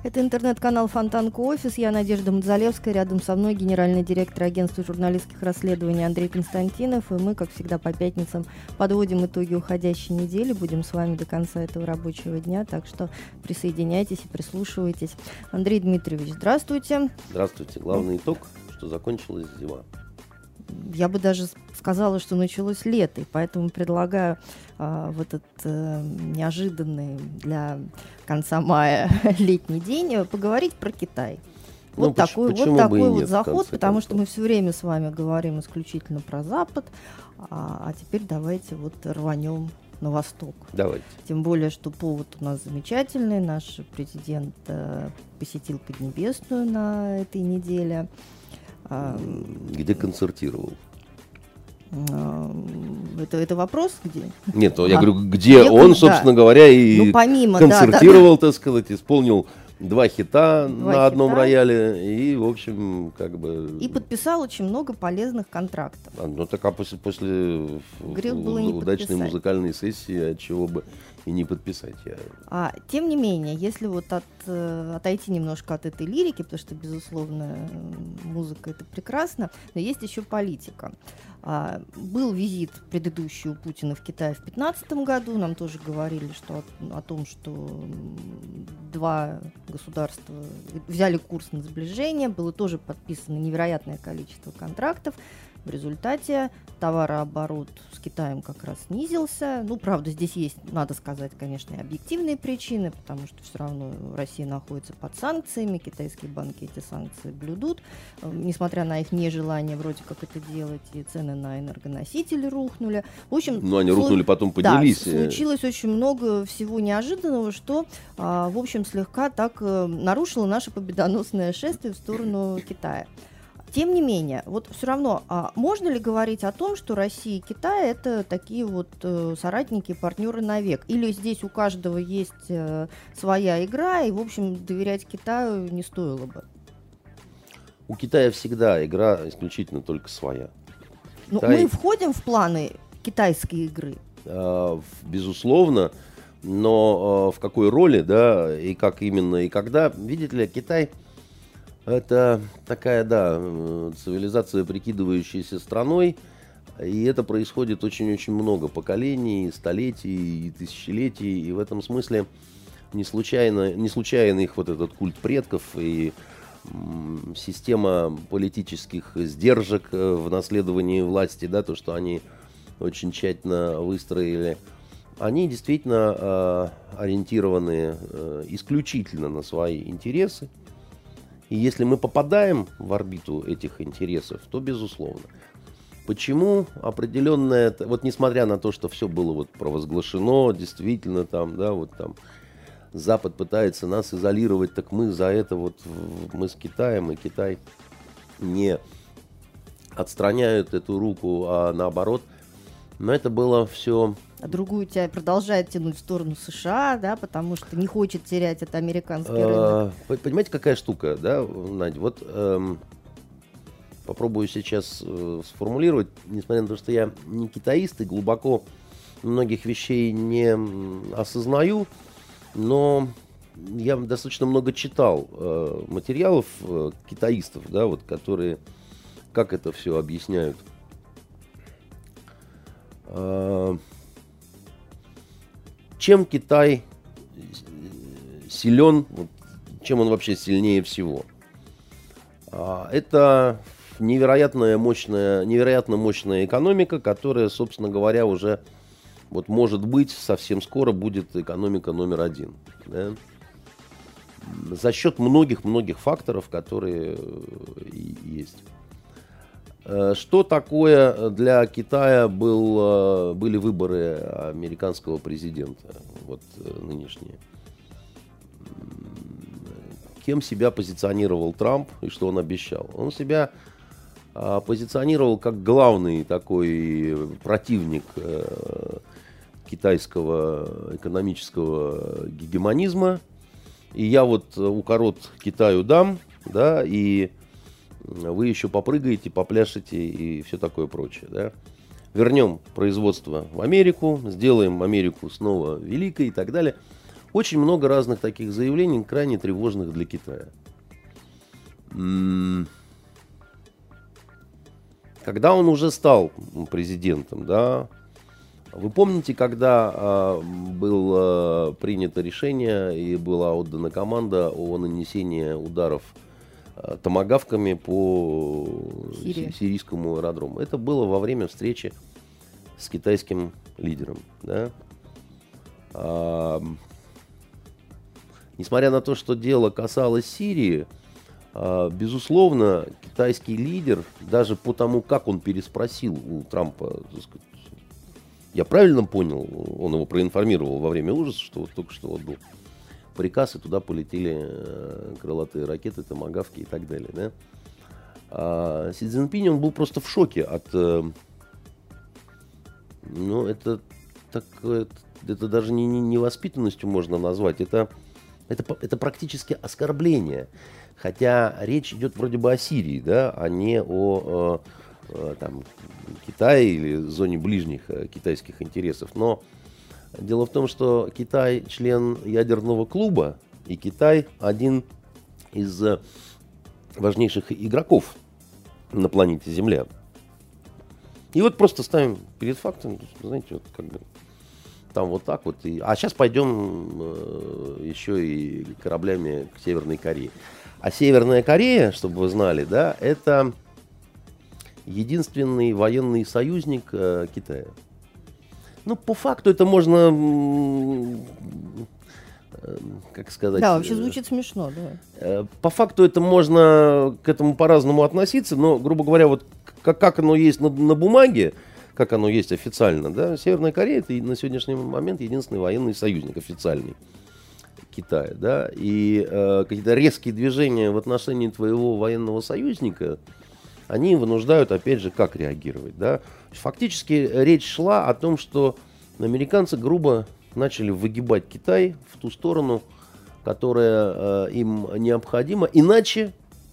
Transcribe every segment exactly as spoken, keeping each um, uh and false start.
Это интернет-канал Фонтанка Офис. Я Надежда Мадзалевская. Рядом со мной генеральный директор агентства журналистских расследований Андрей Константинов. И мы, как всегда, по пятницам подводим итоги уходящей недели. Будем с вами до конца этого рабочего дня. Так что присоединяйтесь и прислушивайтесь. Андрей Дмитриевич, здравствуйте. Здравствуйте. Главный итог, что закончилась зима. Я бы даже сказала, что началось лето, и поэтому предлагаю а, в этот а, неожиданный для конца мая летний день поговорить про Китай. Ну, вот такой, почему вот, такой бы и вот нет, заход, потому концов. что мы все время с вами говорим исключительно про Запад, а, а теперь давайте вот рванем на восток. Давайте. Тем более, что повод у нас замечательный. Наш президент а, посетил Поднебесную на этой неделе. Где концертировал? Это, это вопрос, где? Нет, я а, говорю, где, где он, собственно да. говоря, и ну, помимо, концертировал, да, да, так сказать, исполнил два хита два на одном хита. рояле и, в общем, как бы... И подписал очень много полезных контрактов. А, ну, так а после, после Грех было не удачной подписать. музыкальной сессии, от чего бы и не подписать. Я... А, тем не менее, если вот от, э, отойти немножко от этой лирики, потому что, безусловно, музыка — это прекрасно, но есть еще политика. А, был визит предыдущий у Путина в Китай в две тысячи пятнадцатом году. Нам тоже говорили что о, о том, что два государства взяли курс на сближение. Было тоже подписано невероятное количество контрактов. В результате товарооборот с Китаем как раз снизился. Ну, правда, здесь есть, надо сказать, конечно, и объективные причины, потому что все равно Россия находится под санкциями, китайские банки эти санкции блюдут. Несмотря на их нежелание вроде как это делать, и цены на энергоносители рухнули. В общем, ну, они рухнули, слу... потом поднялись. Да, случилось очень много всего неожиданного, что, а, в общем, слегка так а, нарушило наше победоносное шествие в сторону Китая. Тем не менее, вот все равно, а можно ли говорить о том, что Россия и Китай — это такие вот э, соратники, партнеры навек? Или здесь у каждого есть э, своя игра, и, в общем, доверять Китаю не стоило бы? У Китая всегда игра исключительно только своя. Ну, Китай... мы входим в планы китайской игры? Э, безусловно, но э, в какой роли, да, и как именно, и когда, видите ли, Китай... Это такая, да, цивилизация, прикидывающаяся страной, и это происходит очень-очень много поколений, столетий и тысячелетий, и в этом смысле не случайно, не случайно их вот этот культ предков и м, система политических сдержек в наследовании власти, да, то, что они очень тщательно выстроили, они действительно э, ориентированы э, исключительно на свои интересы. И если мы попадаем в орбиту этих интересов, то безусловно. Почему определенное, вот несмотря на то, что все было вот провозглашено, действительно там, да, вот там Запад пытается нас изолировать, так мы за это вот, мы с Китаем, и Китай не отстраняют эту руку, а наоборот, но это было все... А другую тебя продолжает тянуть в сторону США, да, потому что не хочет терять это американский рынок. Понимаете, какая штука, да, Надя? Вот эм, попробую сейчас э, сформулировать, несмотря на то, что я не китаист и глубоко многих вещей не осознаю, но я достаточно много читал э, материалов э, китаистов, да, вот, которые как это все объясняют. Э, Чем Китай силен, чем он вообще сильнее всего? Это невероятная мощная, невероятно мощная экономика, которая, собственно говоря, уже, вот, может быть, совсем скоро будет экономика номер один. Да? За счет многих-многих факторов, которые есть. Что такое для Китая был, были выборы американского президента, вот нынешние? Кем себя позиционировал Трамп и что он обещал? Он себя позиционировал как главный такой противник китайского экономического гегемонизма. И я вот укорот Китаю дам, да, и вы еще попрыгаете, попляшете и все такое прочее. Да? Вернем производство в Америку, сделаем Америку снова великой и так далее. очень много разных таких заявлений, крайне тревожных для Китая. Когда он уже стал президентом, да, вы помните, когда э, было принято решение и была отдана команда о нанесении ударов э, томагавками по Сирия. сирийскому аэродрому? Это было во время встречи с китайским лидером. Да? А, несмотря на то, что дело касалось Сирии, а, безусловно, китайский лидер, даже по тому, как он переспросил у Трампа, так сказать, я правильно понял, он его проинформировал во время ужаса, что вот только что вот был приказ, и туда полетели э, крылатые ракеты, томагавки и так далее. Да? А Си Цзиньпинь, он был просто в шоке от... Э, ну, это, так, это, это даже не, не невоспитанностью можно назвать, это, это, это практически оскорбление. Хотя речь идет вроде бы о Сирии, да, а не о... Э, там, Китае или зоне ближних э, китайских интересов. Но дело в том, что Китай член ядерного клуба, и Китай один из э, важнейших игроков на планете Земля. И вот просто ставим перед фактом, знаете, вот как бы там вот так вот. И... А сейчас пойдем э, еще и кораблями к Северной Корее. А Северная Корея, чтобы вы знали, да, это единственный военный союзник э, Китая. Ну, по факту это можно, э, как сказать... Да, вообще звучит смешно, да. Э, по факту это можно к этому по-разному относиться, но, грубо говоря, вот как, как оно есть на, на бумаге, как оно есть официально, да, Северная Корея это на сегодняшний момент единственный военный союзник официальный Китая, да, и э, какие-то резкие движения в отношении твоего военного союзника, они вынуждают, опять же, как реагировать. Да? Фактически речь шла о том, что американцы грубо начали выгибать Китай в ту сторону, которая э, им необходима. Иначе,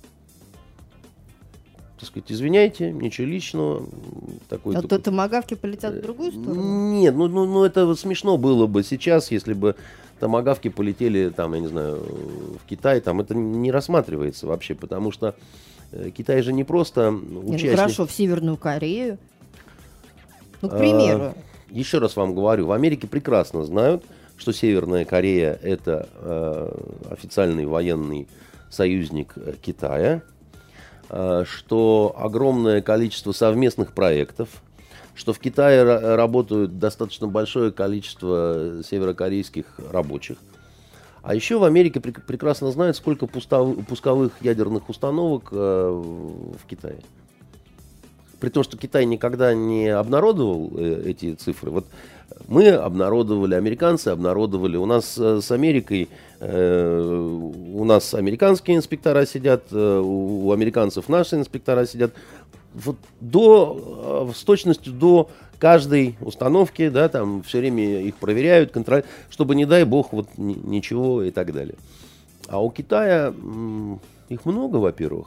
так сказать, извиняйте, ничего личного. Такой, а такой... то томагавки полетят в другую сторону? Нет, ну, ну, ну это смешно было бы сейчас, если бы томагавки полетели, там, я не знаю, в Китай. Там это не рассматривается вообще, потому что Китай же не просто участник... Ну, хорошо, в Северную Корею. Ну, к примеру. А, еще раз вам говорю, в Америке прекрасно знают, что Северная Корея – это э, официальный военный союзник Китая, э, что огромное количество совместных проектов, что в Китае ра- работают достаточно большое количество северокорейских рабочих. А еще в Америке прек- прекрасно знают, сколько пустов- пусковых ядерных установок э, в Китае. При том, что Китай никогда не обнародовал э, эти цифры. Вот мы обнародовали, американцы обнародовали. У нас э, с Америкой, э, у нас американские инспектора сидят, э, у, у американцев наши инспектора сидят. Вот до, э, с точностью до каждой установки, да, там все время их проверяют, контролируют, чтобы, не дай бог, вот ни, ничего и так далее. А у Китая м- их много, во-первых.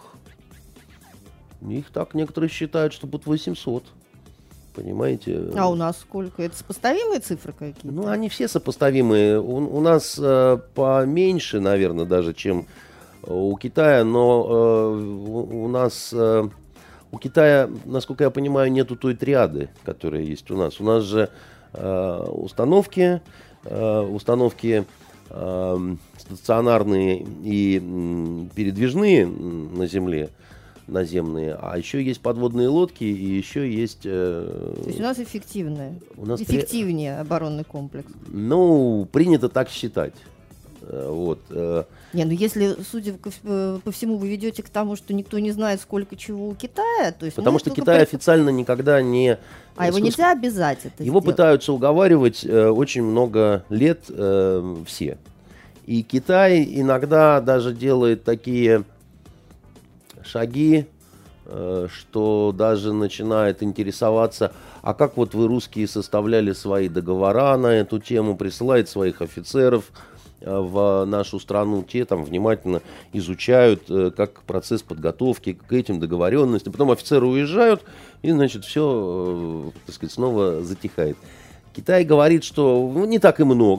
Их так некоторые считают, что под восемьсот. Понимаете? А у нас сколько? Это сопоставимые цифры какие-то? Ну, они все сопоставимые. У, у нас э, поменьше, наверное, даже, чем у Китая, но э, у, у нас... Э, У Китая, насколько я понимаю, нету той триады, которая есть у нас. У нас же э, установки, э, установки э, стационарные и э, передвижные на земле, наземные, а еще есть подводные лодки и еще есть... Э, То есть у нас эффективное, у нас эффективнее при... оборонный комплекс. Ну, принято так считать. Вот. Не, ну если, судя по всему, вы ведете к тому, что никто не знает, сколько чего у Китая, то есть... Потому ну, что Китай при... официально никогда не... А его нельзя обязать это Его сделать. Пытаются уговаривать э, очень много лет э, все. И Китай иногда даже делает такие шаги, э, что даже начинает интересоваться, а как вот вы, русские, составляли свои договора на эту тему, присылает своих офицеров в нашу страну, те там внимательно изучают, как процесс подготовки к этим договоренностям. Потом офицеры уезжают, и, значит, все, так сказать, снова затихает. Китай говорит, что ну, не так и много,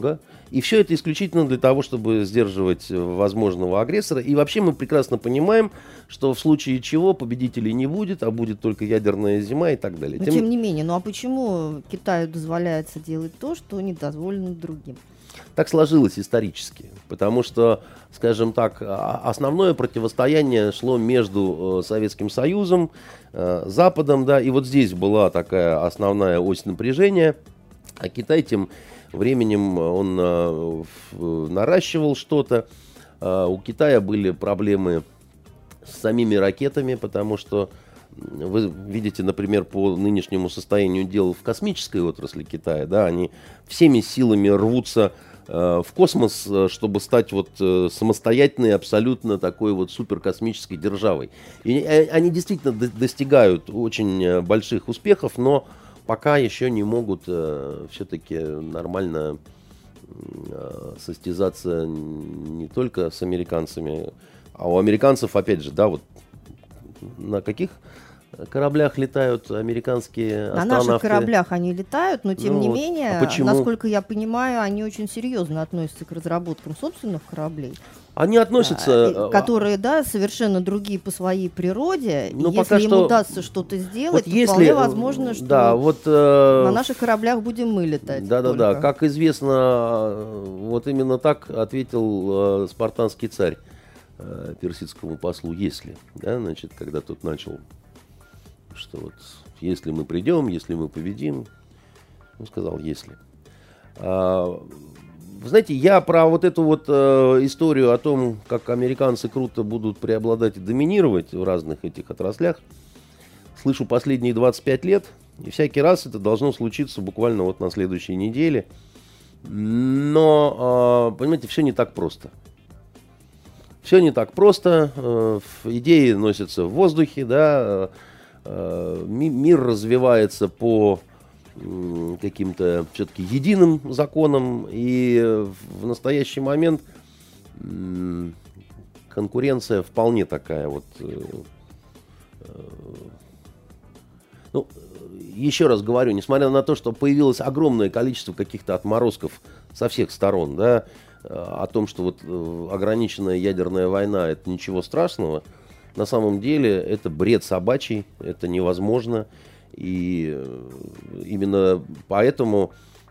И все это исключительно для того, чтобы сдерживать возможного агрессора. И вообще мы прекрасно понимаем, что в случае чего победителей не будет, а будет только ядерная зима и так далее. Но тем, тем не менее, ну а почему Китаю дозволяется делать то, что не дозволено другим? Так сложилось исторически, потому что, скажем так, основное противостояние шло между Советским Союзом, Западом, да, и вот здесь была такая основная ось напряжения, а Китай тем временем он наращивал что-то. У Китая были проблемы с самими ракетами, потому что вы видите, например, по нынешнему состоянию дел в космической отрасли Китая, да, они всеми силами рвутся э, в космос, чтобы стать вот э, самостоятельной, абсолютно такой вот суперкосмической державой. И они действительно до- достигают очень больших успехов, но пока еще не могут э, все-таки нормально э, состязаться не только с американцами, а у американцев, опять же, да, вот на каких кораблях летают американские На астронавты? наших кораблях они летают, но тем Ну не вот. менее, А почему? насколько я понимаю, они очень серьезно относятся к разработкам собственных кораблей, Они относятся... а, которые, да, совершенно другие по своей природе. Ну, И пока если им что- удастся что-то сделать, Вот то если, вполне возможно, что да, вот, э, на наших кораблях будем мы летать. Да-да-да, только. как известно, вот именно так ответил э, спартанский царь э, персидскому послу, если, да, значит, когда тот начал, что вот, если мы придем, если мы победим, он сказал, если. А, вы знаете, я про вот эту вот э, историю о том, как американцы круто будут преобладать и доминировать в разных этих отраслях, слышу последние двадцать пять лет, и всякий раз это должно случиться буквально вот на следующей неделе. Но, э, понимаете, все не так просто. Все не так просто. Э, идеи носятся в воздухе, да. Э, ми- мир развивается по м, каким-то все-таки единым законам, и в настоящий момент м, конкуренция вполне такая вот. э, э, Ну, еще раз говорю, несмотря на то, что появилось огромное количество каких-то отморозков со всех сторон, да, э, о том, что вот э, ограниченная ядерная война — это ничего страшного, на самом деле это бред собачий, это невозможно. И э, именно поэтому,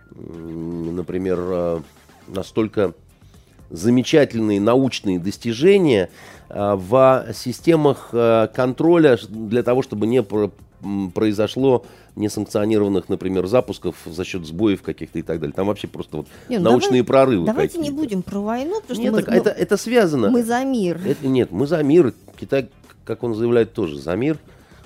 м, например, э, настолько замечательные научные достижения э, в системах э, контроля для того, чтобы не про- м, произошло несанкционированных, например, запусков за счет сбоев каких-то и так далее. Там вообще просто вот Не, ну научные давай- прорывы Давайте не какие-то. будем про войну, потому Нет, что мы, так мы- это, это связано. мы за мир. Это- нет, мы за мир. Китай, как он заявляет, тоже за мир.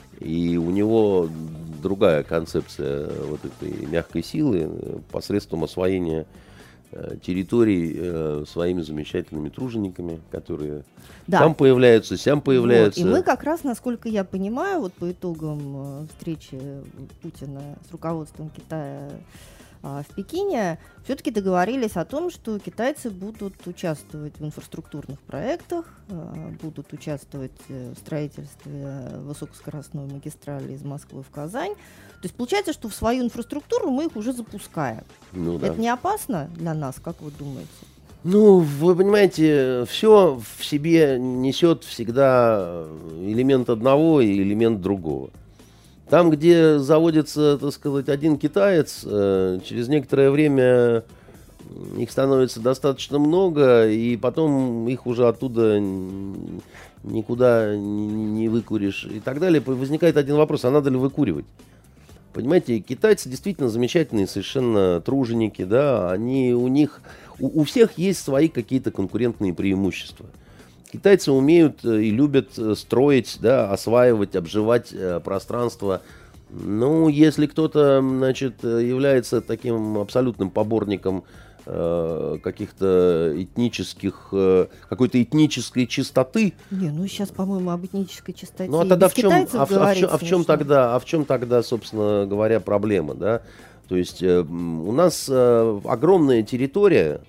И у него другая концепция вот этой мягкой силы э, посредством освоения э, территорий э, своими замечательными тружениками, которые Да. там появляются, сям появляются. Вот, и мы как раз, насколько я понимаю, вот по итогам э, встречи Путина с руководством Китая а, в Пекине, все-таки договорились о том, что китайцы будут участвовать в инфраструктурных проектах, а, будут участвовать э, в строительстве высокоскоростной магистрали из Москвы в Казань. То есть получается, что в свою инфраструктуру мы их уже запускаем. Ну, да. Это не опасно для нас, как вы думаете? Ну, вы понимаете, все в себе несет всегда элемент одного и элемент другого. Там, где заводится, так сказать, один китаец, э, через некоторое время их становится достаточно много, и потом их уже оттуда н- никуда не, не выкуришь и так далее. Возникает один вопрос, а надо ли выкуривать? Понимаете, китайцы действительно замечательные совершенно труженики, да, они у них, у, у всех есть свои какие-то конкурентные преимущества. Китайцы умеют э, и любят э, строить, да, осваивать, обживать э, пространство. Ну, если кто-то, значит, э, является таким абсолютным поборником э, каких-то этнических, э, какой-то этнической чистоты, Не, ну сейчас, по-моему, об этнической чистоте. ну а и тогда без в чем, китайцев а, в- а в говорить чем, а в чем смешно. тогда, а в чем тогда, собственно говоря, проблема, да? То есть э, м, у нас э, огромная территория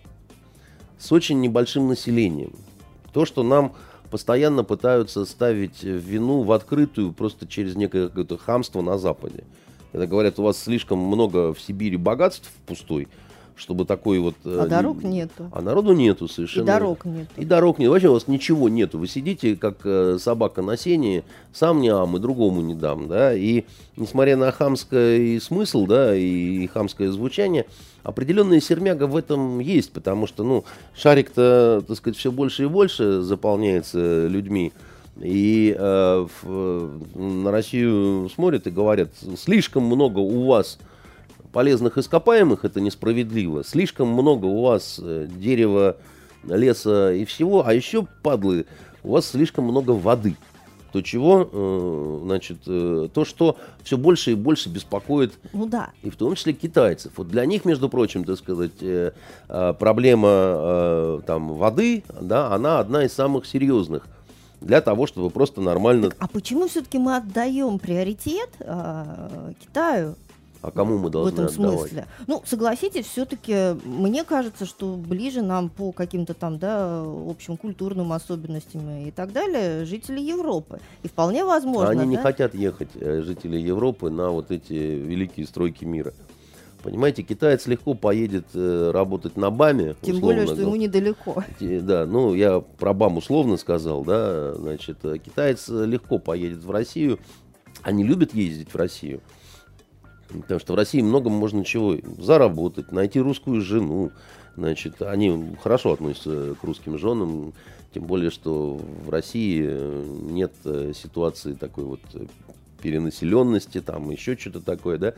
с очень небольшим населением. То, что нам постоянно пытаются ставить в вину в открытую просто через некое какое-то хамство на Западе. Когда говорят, у вас слишком много в Сибири богатств пустой, чтобы такой вот... А дорог нету. А народу нету совершенно. И дорог нету. И дорог нет. Вообще у вас ничего нету. Вы сидите, как собака на сене, сам не ам, и другому не дам, да. И несмотря на хамский смысл, да, и хамское звучание, определенная сермяга в этом есть, потому что, ну, шарик-то, так сказать, все больше и больше заполняется людьми. И э, в, на Россию смотрят и говорят, слишком много у вас полезных ископаемых, это несправедливо, слишком много у вас дерева, леса и всего, а еще, падлы, у вас слишком много воды. То, чего, э, значит, э, то, что все больше и больше беспокоит, ну, да. И в том числе китайцев. Вот для них, между прочим, так сказать, э, э, проблема э, там, воды, да, она одна из самых серьезных. Для того, чтобы просто нормально... Так, а почему все-таки мы отдаем приоритет э, Китаю? А кому мы должны в этом отдавать? смысле? Ну, согласитесь, все-таки мне кажется, что ближе нам по каким-то там, да, общим культурным особенностям и так далее жители Европы. И вполне возможно, Они да? не хотят ехать, жители Европы, на вот эти великие стройки мира. Понимаете, китаец легко поедет э, работать на БАМе. Тем условно, более, что ему недалеко. Да, ну я про БАМ условно сказал, да, значит, китаец легко поедет в Россию. Они любят ездить в Россию, потому что в России много можно чего заработать, найти русскую жену. Значит, они хорошо относятся к русским женам, тем более, что в России нет ситуации такой вот перенаселенности, там еще что-то такое, да.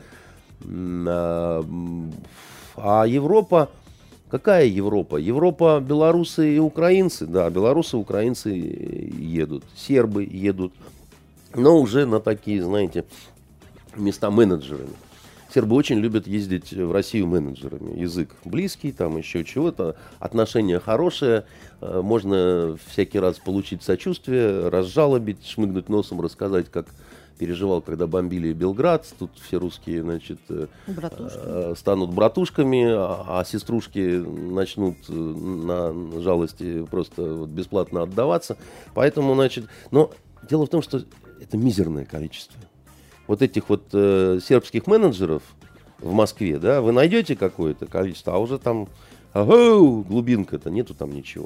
А Европа, какая Европа? Европа, белорусы и украинцы, да, белорусы и украинцы едут, сербы едут, но уже на такие, знаете, места менеджерами. Сербы очень любят ездить в Россию менеджерами. Язык близкий, там еще чего-то, отношения хорошие, можно всякий раз получить сочувствие, разжалобить, шмыгнуть носом, рассказать, как переживал, когда бомбили Белград. Тут все русские, значит, Братушки. станут братушками, а, а сеструшки начнут на жалости просто вот бесплатно отдаваться. Поэтому, значит, но дело в том, что это мизерное количество. Вот этих вот э, сербских менеджеров в Москве, да, вы найдете какое-то количество, а уже там, ага, глубинка-то, нету там ничего.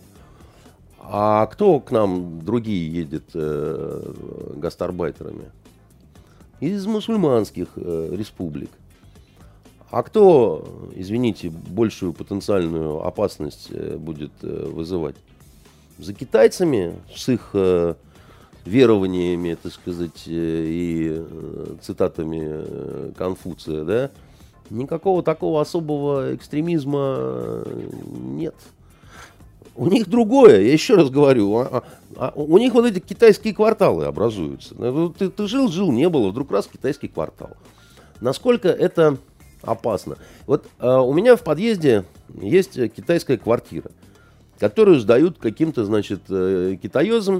А кто к нам другие едет э, гастарбайтерами? Из мусульманских э, республик. А кто, извините, большую потенциальную опасность э, будет э, вызывать? За китайцами с их э, верованиями, так сказать, э, и э, цитатами э, Конфуция, да? Никакого такого особого экстремизма нет. У них другое, я еще раз говорю, а, а, у них вот эти китайские кварталы образуются. Ты, ты жил, жил, не было, вдруг раз китайский квартал. Насколько это опасно? Вот а, у меня в подъезде есть китайская квартира, которую сдают каким-то, значит, китаёзам.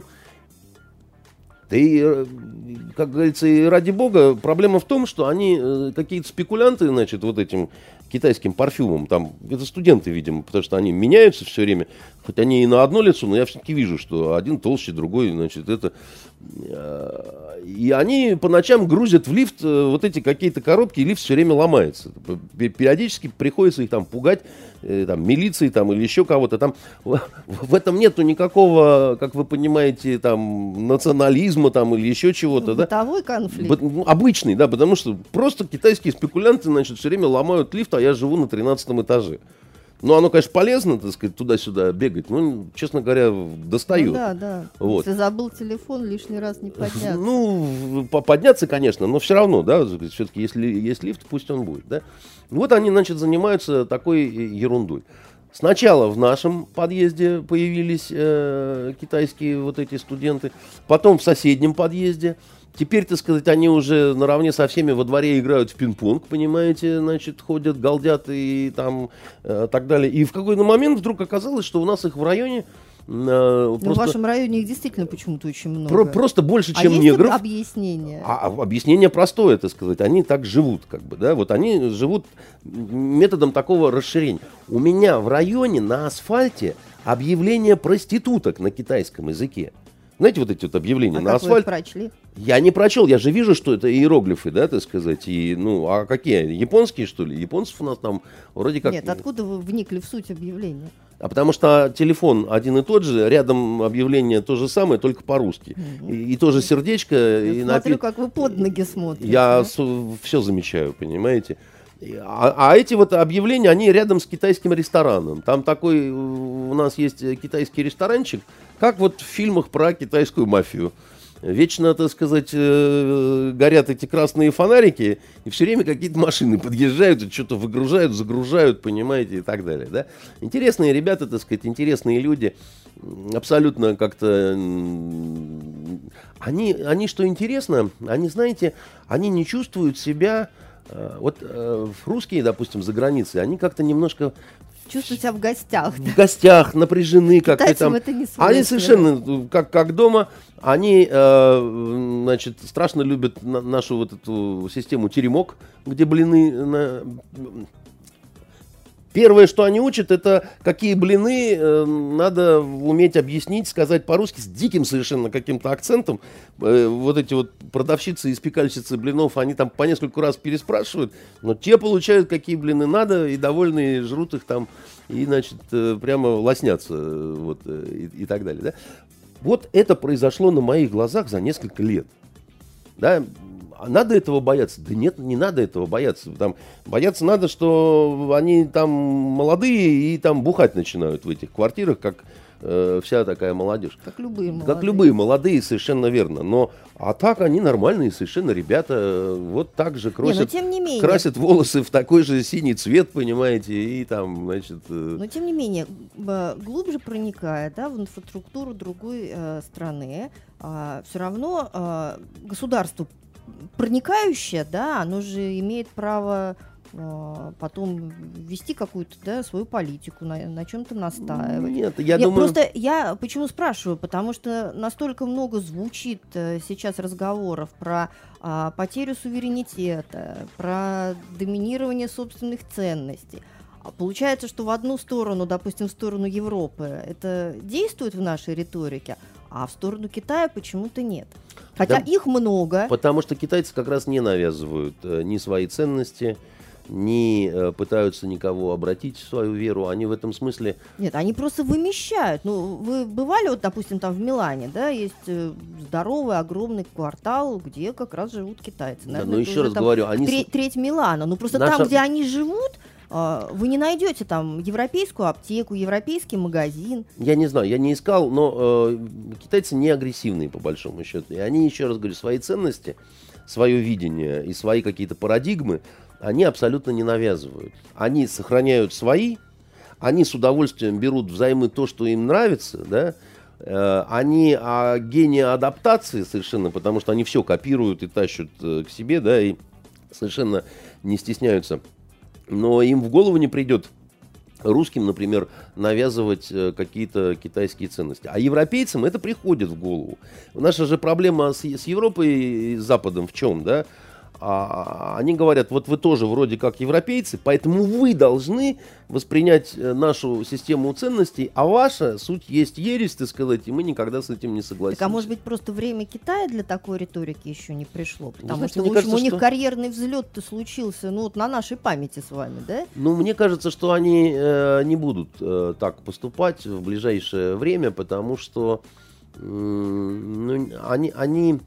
И, как говорится, и ради бога, проблема в том, что они какие-то спекулянты, значит, вот этим китайским парфюмом, там, это студенты, видимо, потому что они меняются все время, хоть они и на одно лицо, но я все-таки вижу, что один толще, другой, значит, это... И они по ночам грузят в лифт вот эти какие-то коробки, и лифт все время ломается. Периодически приходится их там пугать, там, милиции там, или еще кого-то. Там, в этом нету никакого, как вы понимаете, там, национализма там, или еще чего-то. Бытовой да? конфликт. Обычный, да, потому что просто китайские спекулянты, значит, все время ломают лифт, а я живу на тринадцатом этаже. Ну, оно, конечно, полезно, так сказать, туда-сюда бегать, но, честно говоря, достает. Ну, да, да. Вот. Если забыл телефон, лишний раз не подняться. Ну, подняться, конечно, но все равно, да, все-таки, если есть лифт, пусть он будет, да. Вот они, значит, занимаются такой ерундой. Сначала в нашем подъезде появились э, китайские вот эти студенты, потом в соседнем подъезде. Теперь, так сказать, они уже наравне со всеми во дворе играют в пинг-понг, понимаете, значит, ходят, галдят и там э, так далее. И в какой-то момент вдруг оказалось, что у нас их в районе э, просто... В вашем районе их действительно почему-то очень много. Про- просто больше, а чем есть негров. Объяснение? А, а объяснение простое, так сказать. Они так живут, как бы, да. Вот они живут методом такого расширения. У меня в районе на асфальте объявление проституток на китайском языке. Знаете, вот эти вот объявления А на как вы асфальт? их прочли? Я не прочел, я же вижу, что это иероглифы, да, так сказать. И, ну, а какие? Японские, что ли? Японцев у нас там вроде как... Нет, откуда вы вникли в суть объявления? А потому что телефон один и тот же, рядом объявление то же самое, только по-русски. Мгм. И, и тоже сердечко. Я И смотрю, напи- как вы под ноги смотрите. Я да? все замечаю, понимаете. И- А, а эти вот объявления, они рядом с китайским рестораном. Там такой, э, у нас есть э, китайский ресторанчик, как вот в фильмах про китайскую мафию. Вечно, так сказать, э, горят эти красные фонарики, и все время какие-то машины подъезжают, и что-то выгружают, загружают, понимаете, и так далее. Да? Интересные ребята, так сказать, интересные люди. М, Абсолютно как-то... м, Они, они, что интересно, они, знаете, они не чувствуют себя... э, Вот э, русские, допустим, за границей, они как-то немножко Чувствую себя в гостях. в гостях, напряжены, как-то Китайцам там. это не Они свойственно. совершенно э, как, как дома. Они, э, значит, страшно любят на- нашу вот эту систему теремок, где блины. на- Первое, что они учат, это какие блины э, надо уметь объяснить, сказать по-русски с диким совершенно каким-то акцентом. Э, вот эти вот продавщицы и спекальщицы блинов, они там по нескольку раз переспрашивают, но те получают, какие блины надо, и довольные жрут их там, и, значит, э, прямо лоснятся, э, вот, э, и, и так далее. Да? Вот это произошло на моих глазах за несколько лет. Да? А надо этого бояться? Да нет, не надо этого бояться. Там, бояться надо, что они там молодые и там бухать начинают в этих квартирах, как э, вся такая молодежь. Как любые Как молодые. любые молодые, совершенно верно. Но а так они нормальные совершенно ребята. э, Вот так же Не, но красят, тем не менее, красят волосы в такой же синий цвет, понимаете, и там, значит... э, но тем не менее, б- глубже проникая, да, в инфраструктуру другой э, страны, все равно э, государство проникающее, да, оно же имеет право э, потом вести какую-то, да, свою политику, на, на чем-то настаивать. Нет, я Нет, думаю... просто я почему спрашиваю, потому что настолько много звучит э, сейчас разговоров про а, потерю суверенитета, про доминирование собственных ценностей. А получается, что в одну сторону, допустим, в сторону Европы, это действует в нашей риторике, а в сторону Китая почему-то нет. Хотя Да. их много. Потому что китайцы как раз не навязывают э, ни свои ценности, ни э, пытаются никого обратить в свою веру. Они в этом смысле... Нет, они просто вымещают. Ну, вы бывали, вот, допустим, там в Милане, да, есть э, здоровый, огромный квартал, где как раз живут китайцы. Да, Наверное, но это еще уже раз там говорю, они... с- треть, треть Милана. Ну, просто Наша- там, где они живут, а, вы не найдете там европейскую аптеку, европейский магазин. Я не знаю, я не искал, но э, китайцы не агрессивные, по большому счету. И они, еще раз говорю, свои ценности, свое видение и свои какие-то парадигмы, они абсолютно не навязывают. Они сохраняют свои, они с удовольствием берут взаймы то, что им нравится, да. Э, они а, гении адаптации совершенно, потому что они все копируют и тащат э, к себе, да, и совершенно не стесняются. Но им в голову не придет русским, например, навязывать э, какие-то китайские ценности. А европейцам это приходит в голову. Наша же проблема с, с Европой и с Западом в чем, да? А, они говорят, вот вы тоже вроде как европейцы, поэтому вы должны воспринять э, нашу систему ценностей, а ваша суть есть ересь, так сказать, и мы никогда с этим не согласимся. Так, а может быть, просто время Китая для такой риторики еще не пришло? Потому знаете, что, мне в общем, кажется, у них что- карьерный взлет-то случился, ну, вот на нашей памяти с вами, да? Ну, мне кажется, что они э, не будут э, так поступать в ближайшее время, потому что м, ну, они, они,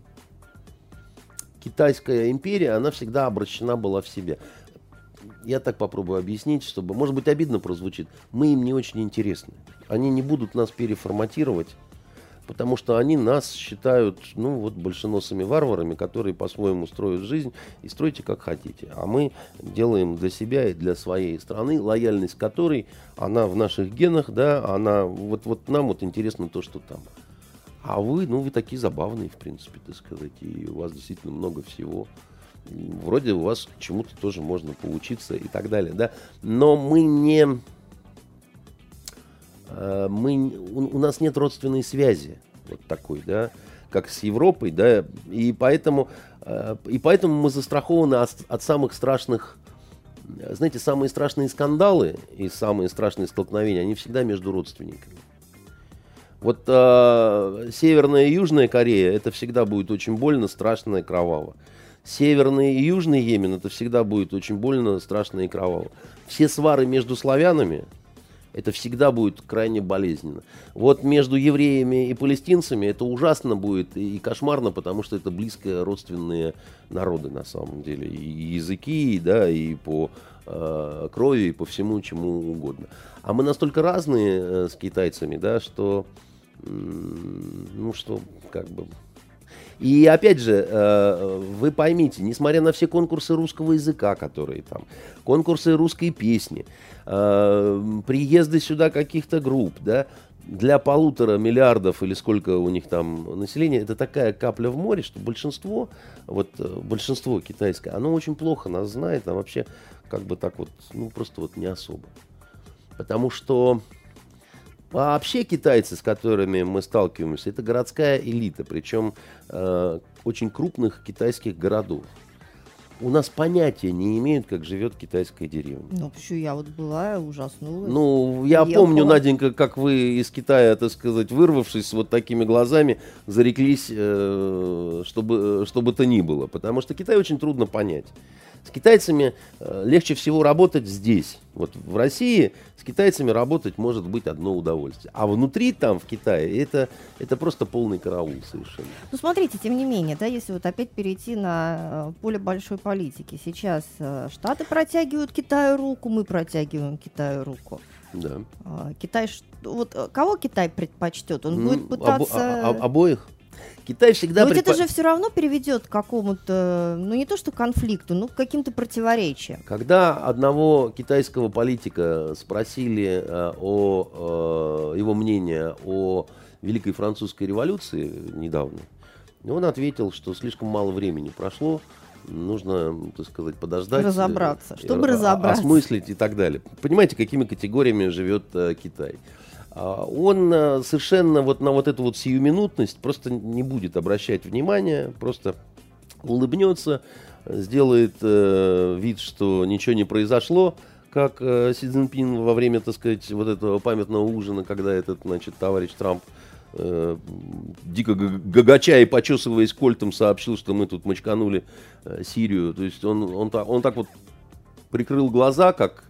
китайская империя, она всегда обращена была в себе. Я так попробую объяснить, чтобы, может быть, обидно прозвучит. Мы им не очень интересны. Они не будут нас переформатировать, потому что они нас считают, ну, вот, большеносыми варварами, которые по-своему строят жизнь, и стройте как хотите. А мы делаем для себя и для своей страны, лояльность которой, она в наших генах, да, она, вот, вот нам вот интересно то, что там. А вы, ну, вы такие забавные, в принципе, так сказать, и у вас действительно много всего. И вроде у вас чему-то тоже можно поучиться и так далее, да. Но мы не... э, Мы, у, у нас нет родственной связи вот такой, да, как с Европой, да, и поэтому, э, и поэтому мы застрахованы от, от самых страшных, э, знаете, самые страшные скандалы и самые страшные столкновения, они всегда между родственниками. Вот э, Северная и Южная Корея, это всегда будет очень больно, страшно и кроваво. Северный и Южный Йемен, это всегда будет очень больно, страшно и кроваво. Все свары между славянами, это всегда будет крайне болезненно. Вот между евреями и палестинцами это ужасно будет и кошмарно, потому что это близко родственные народы на самом деле. И языки, да, и по э, крови, и по всему чему угодно. А мы настолько разные э, с китайцами, да, что, э, ну что, как бы... И опять же, э, вы поймите, несмотря на все конкурсы русского языка, которые там, конкурсы русской песни, э, приезды сюда каких-то групп, да, для полутора миллиардов или сколько у них там населения, это такая капля в море, что большинство, вот большинство китайское, оно очень плохо нас знает, а вообще как бы так вот, ну просто вот не особо. Потому что вообще китайцы, с которыми мы сталкиваемся, это городская элита, причем э, очень крупных китайских городов. У нас понятия не имеют, как живет китайская деревня. Ну, почему я вот была, ужаснулась. Ну, я Ехала. помню, Наденька, как вы из Китая, так сказать, вырвавшись с вот такими глазами, зареклись, э, чтобы, чтобы то ни было. Потому что Китай очень трудно понять. С китайцами э, легче всего работать здесь. Вот в России с китайцами работать может быть одно удовольствие. А внутри там, в Китае, это, это просто полный караул совершенно. Ну, смотрите, тем не менее, да, если вот опять перейти на э, поле большой политики. Сейчас э, Штаты протягивают Китаю руку, мы протягиваем Китаю руку. Да. Э, Китай, ш- вот э, кого Китай предпочтет? Он М, будет пытаться... обо- а- а- обоих. Китай всегда... Но ведь предпо- это же все равно приведет к какому-то, ну не то что конфликту, ну к каким-то противоречиям. Когда одного китайского политика спросили э, о э, его мнение о Великой Французской революции недавно, он ответил, что слишком мало времени прошло, нужно, так сказать, подождать, Разобраться, э, чтобы э, разобраться. осмыслить и так далее. Понимаете, какими категориями живет э, Китай? А Он э, совершенно вот на вот эту вот сиюминутность просто не будет обращать внимания, просто улыбнется, сделает э, вид, что ничего не произошло, как э, Си Цзиньпин во время, так сказать, вот этого памятного ужина, когда этот, значит, товарищ Трамп э, дико гагача и почесываясь кольтом сообщил, что мы тут мочканули э, Сирию. То есть он, он, так, он так вот прикрыл глаза, как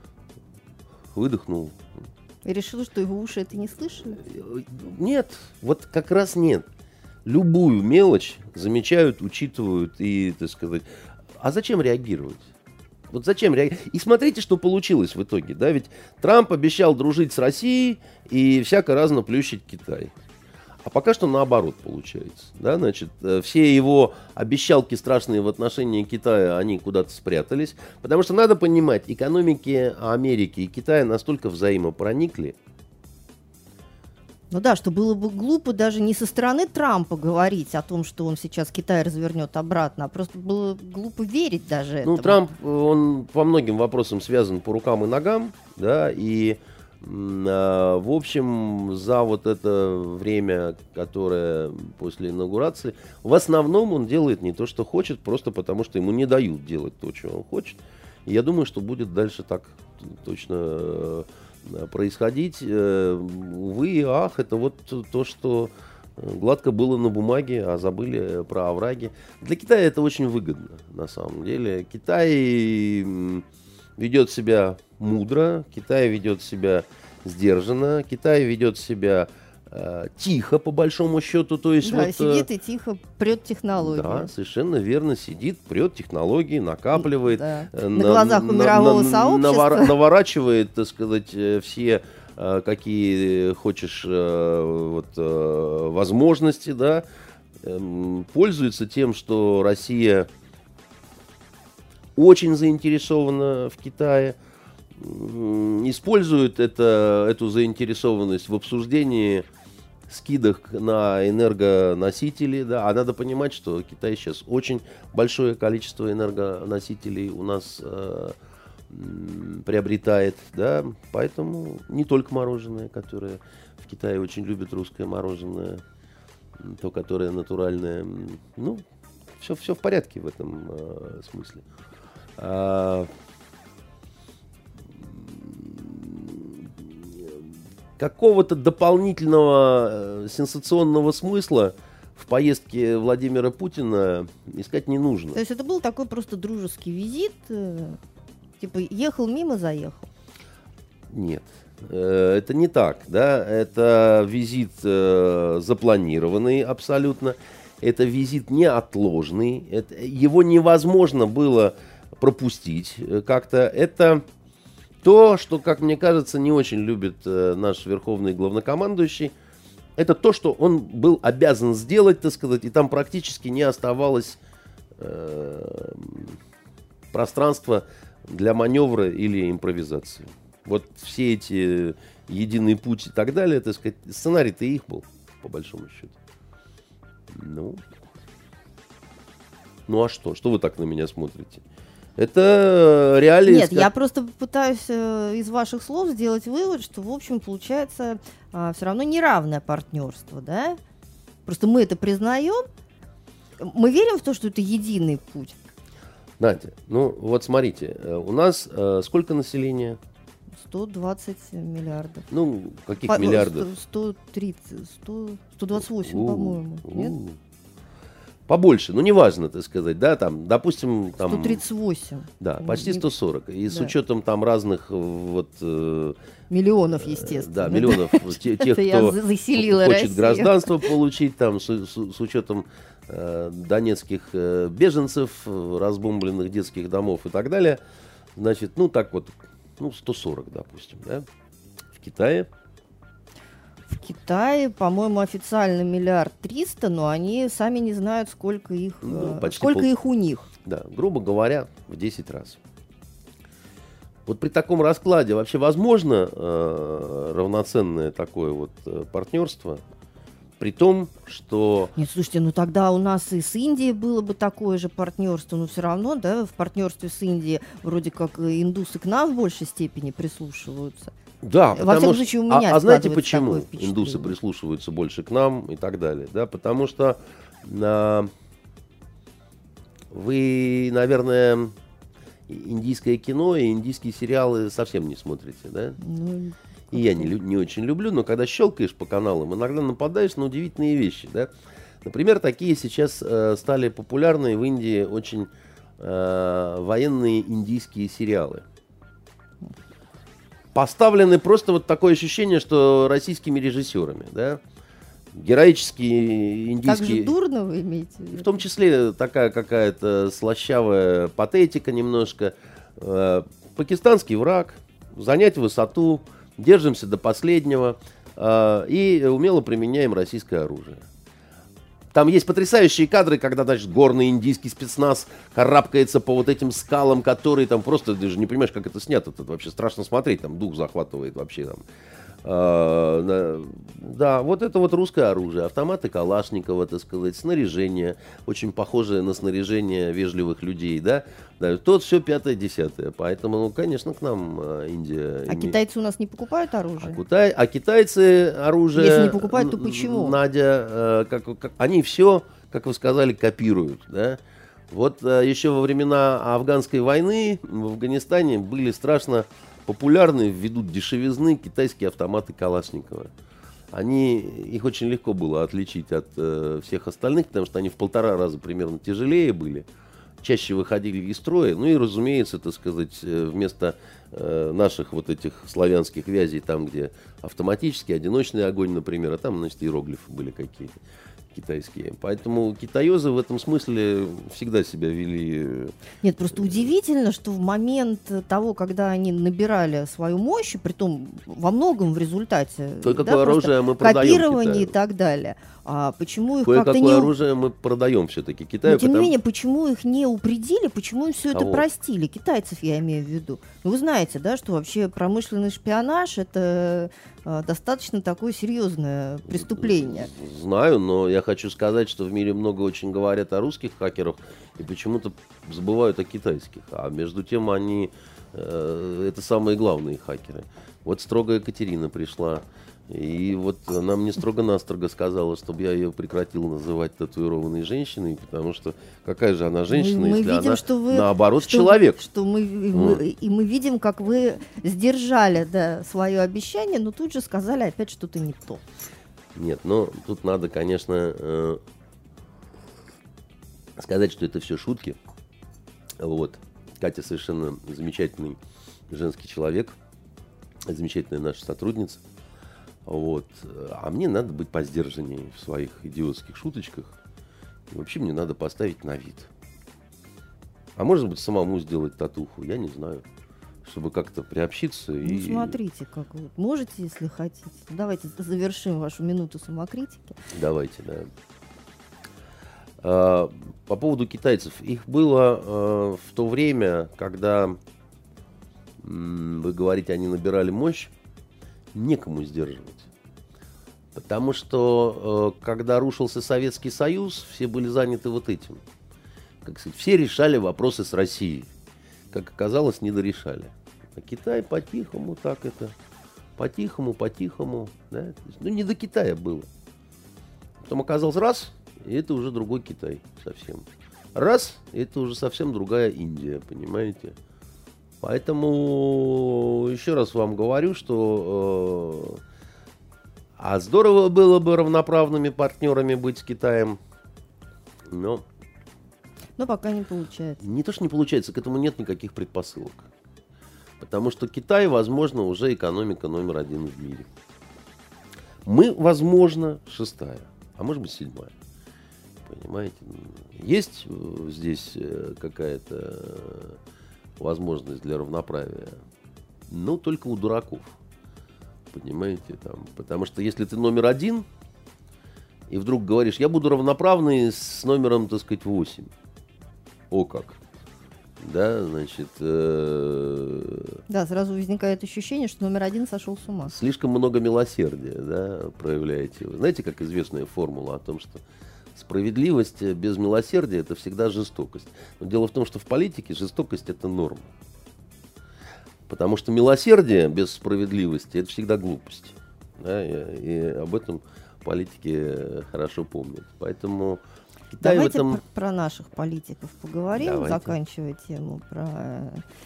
выдохнул. И решил, что его уши это не слышали? Нет, вот как раз нет. Любую мелочь замечают, учитывают и, так сказать, а зачем реагировать? Вот зачем реагировать? И смотрите, что получилось в итоге, да, ведь Трамп обещал дружить с Россией и всяко разно плющить Китай. А пока что наоборот получается, да, значит, все его обещалки страшные в отношении Китая, они куда-то спрятались, потому что надо понимать, экономики Америки и Китая настолько взаимопроникли. Ну да, что было бы глупо даже не со стороны Трампа говорить о том, что он сейчас Китай развернет обратно, а просто было глупо верить даже этому. Ну, Трамп, он по многим вопросам связан по рукам и ногам, да, и, э, в общем, за вот это время, которое после инаугурации, в основном он делает не то, что хочет, просто потому что ему не дают делать то, что он хочет. И я думаю, что будет дальше так точно э, происходить. Э, увы и ах, это вот то, что гладко было на бумаге, а забыли про овраги. Для Китая это очень выгодно, на самом деле. Китай ведет себя мудро, Китай ведет себя сдержанно, Китай ведет себя э, тихо, по большому счету. То есть да, вот, сидит и тихо прет технологии. Да, совершенно верно, сидит, прет технологии, накапливает. Да. э, На глазах у мирового сообщества. навора- наворачивает, так сказать, э, все э, какие хочешь э, вот, э, возможности, да, эм, пользуется тем, что Россия очень заинтересована в Китае, м, использует это, эту заинтересованность в обсуждении скидок на энергоносители, да, а надо понимать, что Китай сейчас очень большое количество энергоносителей у нас э, м, приобретает, да, поэтому не только мороженое, которое в Китае очень любят, русское мороженое, м, то, которое натуральное, м, ну, все, все в порядке в этом э, смысле. А, какого-то дополнительного э, сенсационного смысла в поездке Владимира Путина искать не нужно. То есть это был такой просто дружеский визит, э, типа ехал мимо, заехал? Нет, э, это не так, да, это визит э, запланированный абсолютно, это визит неотложный, это, его невозможно было пропустить как-то, это то, что, как мне кажется, не очень любит э, наш верховный главнокомандующий. Это то, что он был обязан сделать, так сказать, и там практически не оставалось э, пространства для маневра или импровизации. Вот все эти единый путь и так далее, так сказать, сценарий-то их был, по большому счету. Ну, ну а что? Что вы так на меня смотрите? Это реалии. Нет, я просто пытаюсь э, из ваших слов сделать вывод, что, в общем, получается э, все равно неравное партнерство, да? Просто мы это признаем, мы верим в то, что это единый путь. Надя, ну вот смотрите, у нас э, сколько населения? сто двадцать миллиардов. Ну, каких По, миллиардов? сто тридцать, сто, сто двадцать восемь, у, по-моему. У, нет? Побольше, ну неважно, так сказать, да, там, допустим, там... сто тридцать восемь. Да, почти сто сорок. И да. с учетом там разных вот... Э, миллионов, естественно. Да, миллионов тех, кто хочет гражданство получить, там, с, с, с учетом э, донецких э, беженцев, разбомбленных детских домов и так далее. Значит, ну так вот, ну сто сорок, допустим, да, в Китае. В Китае, по-моему, официально миллиард триста, но они сами не знают, сколько их, ну, сколько пол... их у них. Да, грубо говоря, в десять раз. Вот при таком раскладе вообще возможно э, равноценное такое вот э, партнерство, при том, что... Нет, слушайте, ну тогда у нас и с Индией было бы такое же партнерство, но все равно, да, в партнерстве с Индией вроде как индусы к нам в большей степени прислушиваются. Да, во всяком случае, у меня а, а знаете почему индусы прислушиваются больше к нам и так далее? Да, потому что а, вы, наверное, индийское кино и индийские сериалы совсем не смотрите, да? Ну, и я не, не очень люблю, но когда щелкаешь по каналам, иногда нападаешь на удивительные вещи, да? Например, такие сейчас э, стали популярны в Индии очень э, военные индийские сериалы. Поставлены просто вот такое ощущение, что российскими режиссерами, да, героические индийские... Так же дурно вы имеете в виду? В том числе такая какая-то слащавая патетика немножко. Э, пакистанский враг, занять высоту, держимся до последнего э, и умело применяем российское оружие. Там есть потрясающие кадры, когда, значит, горный индийский спецназ карабкается по вот этим скалам, которые там просто, ты же не понимаешь, как это снято, это вообще страшно смотреть, там дух захватывает вообще там. А, да, вот это вот русское оружие, автоматы Калашникова, так сказать, снаряжение, очень похожее на снаряжение вежливых людей, да, да, тут все пятое-десятое, поэтому, ну, конечно, к нам Индия... А китайцы у нас не покупают оружие? А, китай, а китайцы оружие... Если не покупают, то почему? Надя, как, как, они все, как вы сказали, копируют, да. Вот еще во времена афганской войны в Афганистане были страшно популярны ввиду дешевизны китайские автоматы Калашникова. Они, их очень легко было отличить от э, всех остальных, потому что они в полтора раза примерно тяжелее были, чаще выходили из строя. Ну и, разумеется, так сказать, вместо э, наших вот этих славянских вязей, там, где автоматический, одиночный огонь, например, а там, значит, иероглифы были какие-то китайские. Поэтому китаёзы в этом смысле всегда себя вели... Нет, просто удивительно, что в момент того, когда они набирали свою мощь, притом во многом в результате... Кое-какое да, оружие мы продаем копирование и так далее. А почему их Кое-какое как-то не... оружие мы продаем все-таки Китаю. Но, тем потому... не менее, почему их не упредили, почему им все это а простили? Китайцев я имею в виду. Ну, вы знаете, да, что вообще промышленный шпионаж — это а, достаточно такое серьезное преступление. Знаю, но я хочу сказать, что в мире много очень говорят о русских хакерах и почему-то забывают о китайских. А между тем они, э, это самые главные хакеры. Вот строгая Екатерина пришла И вот она мне строго-настрого сказала, чтобы я ее прекратил называть татуированной женщиной, потому что какая же она женщина, мы, мы если видим, она, что вы, наоборот, что, человек. Что мы, мы, и мы видим, как вы сдержали, да, свое обещание, но тут же сказали опять что-то не то. Нет, ну тут надо, конечно, э, сказать, что это все шутки. Вот. Катя совершенно замечательный женский человек, замечательная наша сотрудница. Вот. А мне надо быть посдержаннее в своих идиотских шуточках. И вообще мне надо поставить на вид. А может быть, самому сделать татуху, я не знаю. Чтобы как-то приобщиться. Ну, и... смотрите, как вы можете, если хотите. Давайте завершим вашу минуту самокритики. Давайте, да. А, по поводу китайцев. Их было а, в то время, когда, м, вы говорите, они набирали мощь, некому сдерживать. Потому что, э, когда рушился Советский Союз, все были заняты вот этим. Как сказать, все решали вопросы с Россией. Как оказалось, не дорешали. А Китай по-тихому так это, по-тихому, по-тихому. Да? Ну, не до Китая было. Потом оказалось раз, и это уже другой Китай совсем. Раз, и это уже совсем другая Индия, понимаете? Поэтому еще раз вам говорю, что э, а здорово было бы равноправными партнерами быть с Китаем, но... Но пока не получается. Не то, что не получается, к этому нет никаких предпосылок. Потому что Китай, возможно, уже экономика номер один в мире. Мы, возможно, шестая, а может быть седьмая. Понимаете? Есть здесь какая-то возможность для равноправия, но только у дураков. Понимаете? Там, потому что если ты номер один, и вдруг говоришь, я буду равноправный с номером, так сказать, восемь. О как. Да, значит... Э... Да, сразу возникает ощущение, что номер один сошел с ума. Слишком много милосердия, да, проявляете вы. Знаете, как известная формула о том, что справедливость без милосердия – это всегда жестокость. Но дело в том, что в политике жестокость – это норма. Потому что милосердие без справедливости – это всегда глупость. Да, и, и об этом политики хорошо помнят. Поэтому Китай Давайте в этом... про, про наших политиков поговорим, Давайте. Заканчивая тему про...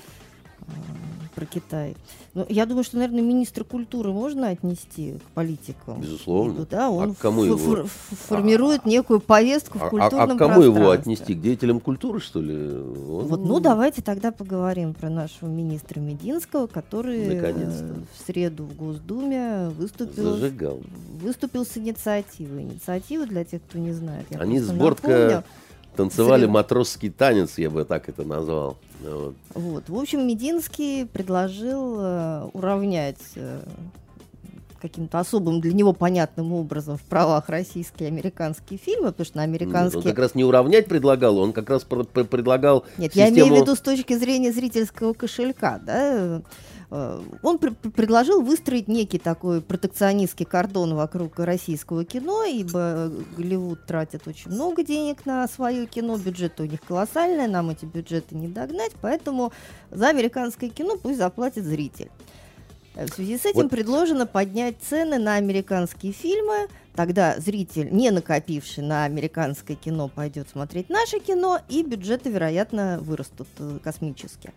про Китай. Ну, я думаю, что, наверное, министра культуры можно отнести к политикам. Безусловно. И, да, он а к кому ф- его? ф- формирует а, некую повестку а, в культурном а, а к кому его пространстве. отнести? К деятелям культуры, что ли? Он... Вот, ну, давайте тогда поговорим про нашего министра Мединского, который Наконец-то. в среду в Госдуме выступил, Зажигал. выступил с инициативой. Инициатива, для тех, кто не знает, я Они с просто Бортко напомню. танцевали Среду. матросский танец, я бы так это назвал. Вот. Вот. В общем, Мединский предложил э, уравнять э, каким-то особым для него понятным образом в правах российские и американские фильмы, потому что на американские... Он как раз не уравнять предлагал, он как раз пр- пр- предлагал Нет, систему... я имею в виду с точки зрения зрительского кошелька, да. Он пр- предложил выстроить некий такой протекционистский кордон вокруг российского кино, ибо Голливуд тратит очень много денег на свое кино, бюджет у них колоссальный, нам эти бюджеты не догнать, поэтому за американское кино пусть заплатит зритель. В связи с этим Вот. предложено поднять цены на американские фильмы. Тогда зритель, не накопивший на американское кино, пойдет смотреть наше кино, и бюджеты, вероятно, вырастут э, космически.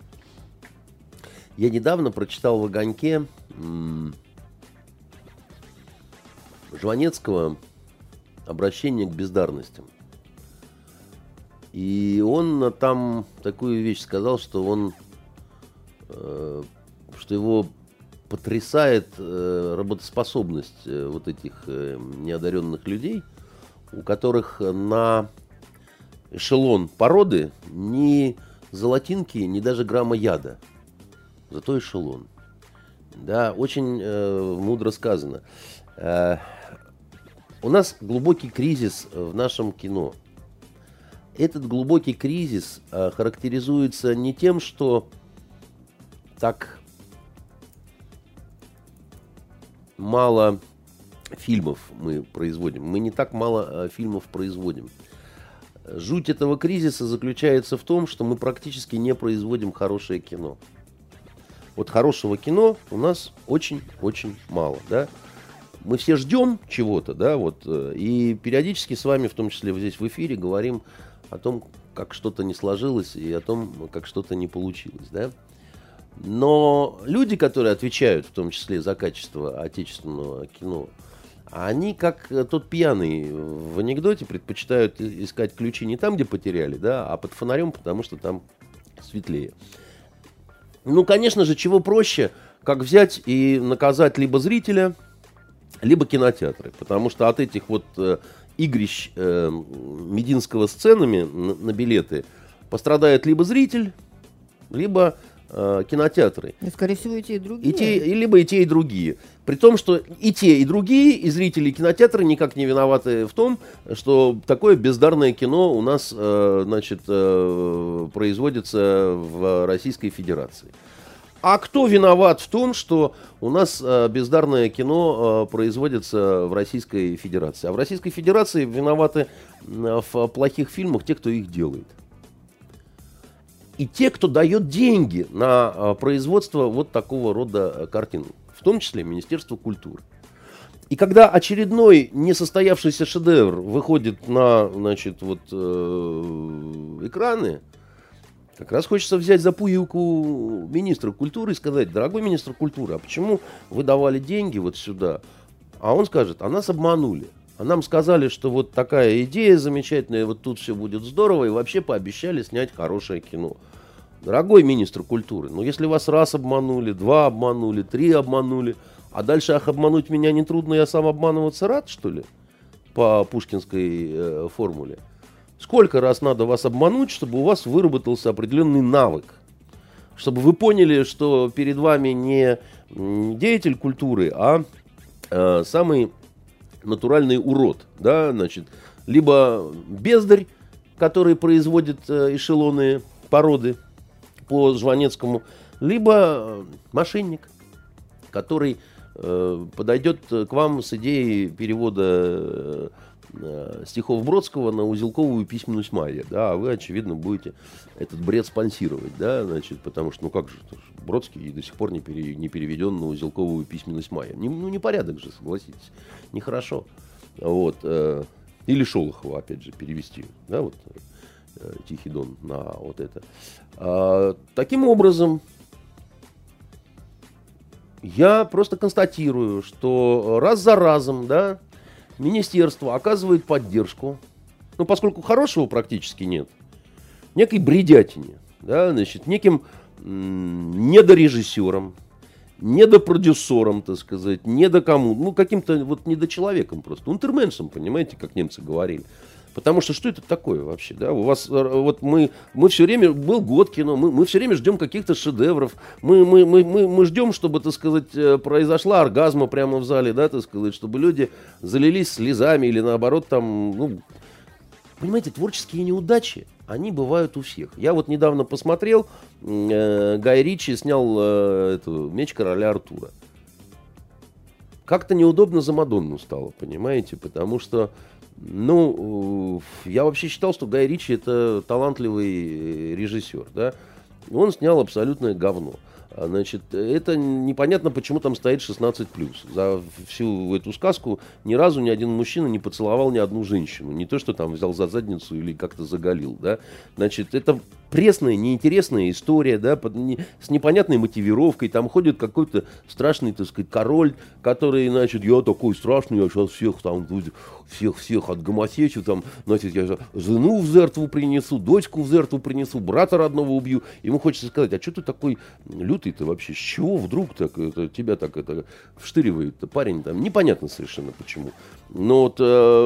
Я недавно прочитал в «Огоньке» м- Жванецкого «Обращение к бездарностям». И он там такую вещь сказал, что он, э, что его потрясает э, работоспособность э, вот этих э, неодаренных людей, у которых на эшелон породы ни золотинки, ни даже грамма яда. Зато эшелон. Да, очень э, мудро сказано. Э, у нас глубокий кризис в нашем кино. Этот глубокий кризис э, характеризуется не тем, что так мало фильмов мы производим. Мы не так мало э, фильмов производим. Жуть этого кризиса заключается в том, что мы практически не производим хорошее кино. Вот хорошего кино у нас очень-очень мало. Да? мы все ждем чего-то, да, вот, и периодически с вами, в том числе здесь в эфире, говорим о том, как что-то не сложилось и о том, как что-то не получилось, да. Но люди, которые отвечают, в том числе за качество отечественного кино, они, как тот пьяный в анекдоте, предпочитают искать ключи не там, где потеряли, да, а под фонарем, потому что там светлее. Ну, конечно же, чего проще, как взять и наказать либо зрителя, либо кинотеатры. Потому что от этих вот э, игрищ э, Мединского с ценами на, на билеты пострадает либо зритель, либо э, кинотеатры. И, скорее всего, и те, и другие. И те, и, либо и те, и другие. При том, что и те, и другие, и зрители, и кинотеатры никак не виноваты в том, что такое бездарное кино у нас э, значит, э, производится в Российской Федерации. А кто виноват в том, что у нас э, бездарное кино э, производится в Российской Федерации? А в Российской Федерации виноваты э, в плохих фильмах те, кто их делает. И те, кто дает деньги на э, производство вот такого рода э, картин, в том числе Министерство культуры. И когда очередной несостоявшийся шедевр выходит на, значит, вот, э, экраны, как раз хочется взять за пуговку министра культуры и сказать: дорогой министр культуры, а почему вы давали деньги вот сюда? А он скажет: а нас обманули. А нам сказали, что вот такая идея замечательная, вот тут все будет здорово, и вообще пообещали снять хорошее кино. Дорогой министр культуры, ну если вас раз обманули, два обманули, три обманули, а дальше, ах, обмануть меня нетрудно, я сам обманываться рад, что ли? По пушкинской э, формуле. Сколько раз надо вас обмануть, чтобы у вас выработался определенный навык? Чтобы вы поняли, что перед вами не деятель культуры, а э, самый натуральный урод. Да? Значит, либо бездарь, который производит э, эшелоны породы по Жванецкому, либо мошенник, который э, подойдет к вам с идеей перевода э, стихов Бродского на узелковую письменность Майя, да, а вы, очевидно, будете этот бред спонсировать, да, значит, потому что, ну как же, Бродский до сих пор не, пере, не переведен на узелковую письменность Майя. Не, ну, непорядок же, согласитесь, нехорошо. Вот, э, или Шолохова, опять же, перевести, да, вот, э, Тихий Дон на вот это. А, таким образом, я просто констатирую, что раз за разом, да, министерство оказывает поддержку, ну, поскольку хорошего практически нет, некой бредятине, да, значит, неким м- недорежиссером, недопродюсером, так сказать, недокому, ну, каким-то вот недочеловеком просто, унтерменшем, понимаете, как немцы говорили. Потому что что это такое вообще, да? У вас вот мы, мы все время, был год кино, мы, мы все время ждем каких-то шедевров, мы, мы, мы, мы, мы ждем, чтобы, так сказать, произошла оргазма прямо в зале, да, так сказать, чтобы люди залились слезами или наоборот там, ну, понимаете, творческие неудачи, они бывают у всех. Я вот недавно посмотрел, э, Гай Ричи снял э, эту «Меч короля Артура». Как-то неудобно за Мадонну стало, понимаете, потому что ну, я вообще считал, что Гай Ричи это талантливый режиссер, да. Он снял абсолютное говно. Значит, это непонятно, почему там стоит шестнадцать плюс. За всю эту сказку ни разу ни один мужчина не поцеловал ни одну женщину. Не то, что там взял за задницу или как-то заголил, да. Значит, это пресная, неинтересная история, да, под, не, с непонятной мотивировкой. Там ходит какой-то страшный, так сказать, король, который, значит, я такой страшный, я сейчас всех там, всех-всех отгомосечу, там, значит, я жену в жертву принесу, дочку в жертву принесу, брата родного убью. Ему хочется сказать: а что ты такой лютый-то вообще? С чего вдруг так, это, тебя так это вштыривает-то парень там? Непонятно совершенно почему. Но вот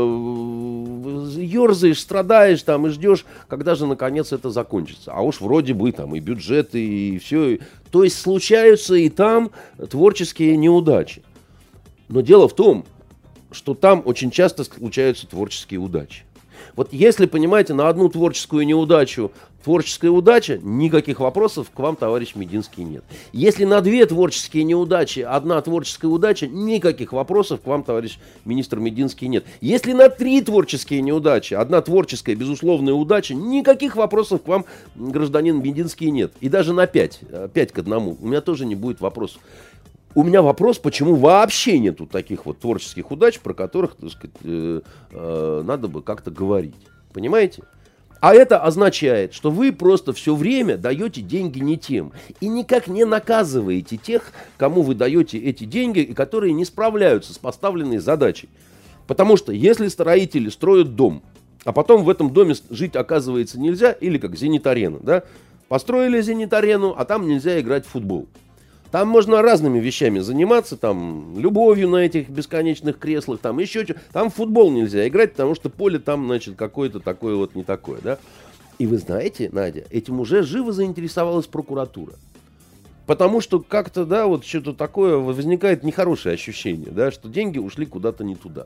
э, ерзаешь, страдаешь там и ждешь, когда же наконец это закончится. А уж вроде бы там и бюджет, и все. То есть случаются и там творческие неудачи. Но дело в том, что там очень часто случаются творческие удачи. Вот если, понимаете, на одну творческую неудачу творческая удача, никаких вопросов к вам, товарищ Мединский, нет. Если на две творческие неудачи одна творческая удача, никаких вопросов к вам, товарищ министр Мединский, нет. Если на три творческие неудачи одна творческая, безусловная удача, никаких вопросов к вам, гражданин Мединский, нет. И даже на пять, пять к одному, у меня тоже не будет вопросов. у меня вопрос, почему вообще нету таких вот творческих удач, про которых, так сказать, э, э, надо бы как-то говорить. Понимаете? А это означает, что вы просто все время даете деньги не тем. И никак не наказываете тех, кому вы даете эти деньги, и которые не справляются с поставленной задачей. Потому что если строители строят дом, а потом в этом доме жить, оказывается, нельзя, или как «Зенит-арена», да? Построили «Зенит-арену», а там нельзя играть в футбол. Там можно разными вещами заниматься, там, любовью на этих бесконечных креслах, там, еще что-то. Там в футбол нельзя играть, потому что поле там, значит, какое-то такое вот не такое, да. И вы знаете, Надя, этим уже живо заинтересовалась прокуратура. Потому что как-то, да, вот что-то такое, возникает нехорошее ощущение, да, что деньги ушли куда-то не туда.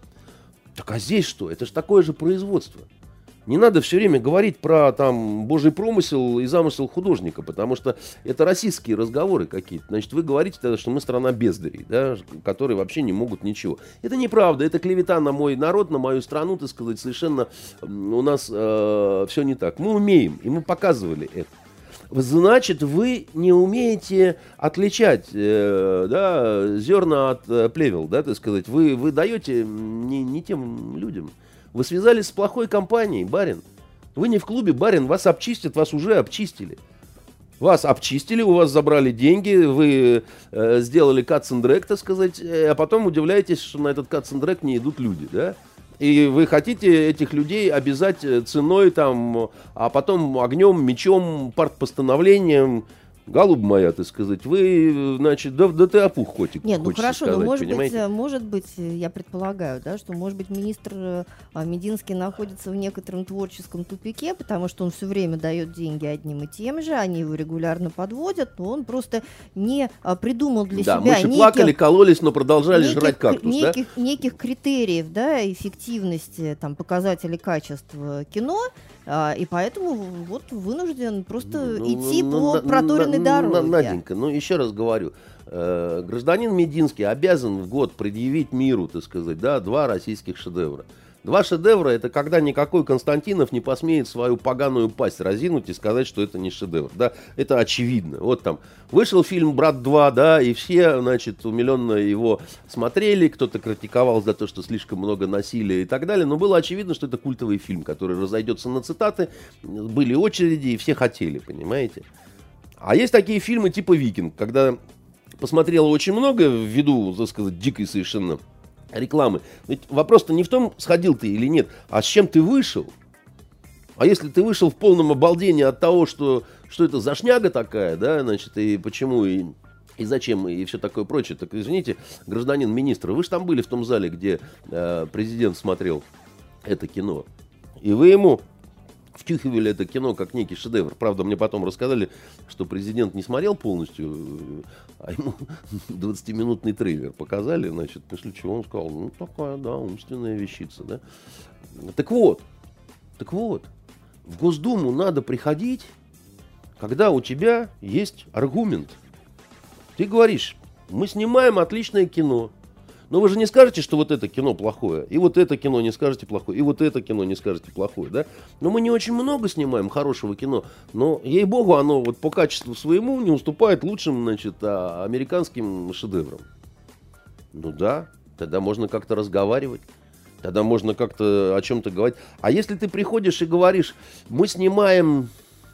Так а здесь что? Это же такое же производство. Не надо все время говорить про там божий промысел и замысел художника, потому что это российские разговоры какие-то. Значит, вы говорите тогда, что мы страна бездарей, да, которые вообще не могут ничего. Это неправда, это клевета на мой народ, на мою страну, так сказать, совершенно у нас э, все не так. Мы умеем, и мы показывали это. Значит, вы не умеете отличать э, да, зерна от э, плевел, да, так сказать. Вы, вы даете не, не тем людям. Вы связались с плохой компанией, барин. Вы не в клубе, барин, вас обчистят, вас уже обчистили. Вас обчистили, у вас забрали деньги, вы э, сделали cuts and drag, так сказать, а потом удивляетесь, что на этот cuts and drag не идут люди, да? И вы хотите этих людей обязать ценой, там, а потом огнем, мечом, партпостановлением. Голубь моя, так сказать, вы, значит, да, да ты опух, котик. Нет, ну хорошо, сказать, но может понимаете? быть, может быть, я предполагаю, да, что, может быть, министр а, Мединский находится в некотором творческом тупике, потому что он все время дает деньги одним и тем же, они его регулярно подводят, но он просто не а, придумал для да, себя мы еще неких, плакали, кололись, но продолжали неких, жрать кактус, неких, да? неких критериев, да, эффективности, там, показателей качества кино. А, и поэтому вот вынужден просто ну, идти ну, по на, проторенной на, дороге. Наденька, ну еще раз говорю, э, гражданин Мединский обязан в год предъявить миру, так сказать, да, два российских шедевра. Два шедевра — это когда никакой Константинов не посмеет свою поганую пасть разинуть и сказать, что это не шедевр. Да? Это очевидно. Вот там вышел фильм «Брат два», да, и все, значит, умиленно его смотрели, кто-то критиковал за то, что слишком много насилия и так далее, но было очевидно, что это культовый фильм, который разойдется на цитаты, были очереди, и все хотели, понимаете? А есть такие фильмы типа «Викинг», когда посмотрело очень много ввиду, так сказать, дикой совершенно рекламы. Ведь вопрос-то не в том, сходил ты или нет, а с чем ты вышел. А если ты вышел в полном обалдении от того, что, что это за шняга такая, да, значит, и почему, и, и зачем, и все такое прочее, так извините, гражданин министр, вы же там были в том зале, где э, президент смотрел это кино, и вы ему втюхивали это кино как некий шедевр. Правда, мне потом рассказали, что президент не смотрел полностью, а ему двадцатиминутный трейлер показали, значит, после чего он сказал, ну, такая, да, умственная вещица, да. Так вот, так вот, в Госдуму надо приходить, когда у тебя есть аргумент. Ты говоришь, мы снимаем отличное кино, но вы же не скажете, что вот это кино плохое, и вот это кино не скажете плохое, и вот это кино не скажете плохое, да? Но мы не очень много снимаем хорошего кино, но, ей-богу, оно вот по качеству своему не уступает лучшим, значит, а, американским шедеврам. Ну да, тогда можно как-то разговаривать, тогда можно как-то о чем-то говорить. А если ты приходишь и говоришь, мы снимаем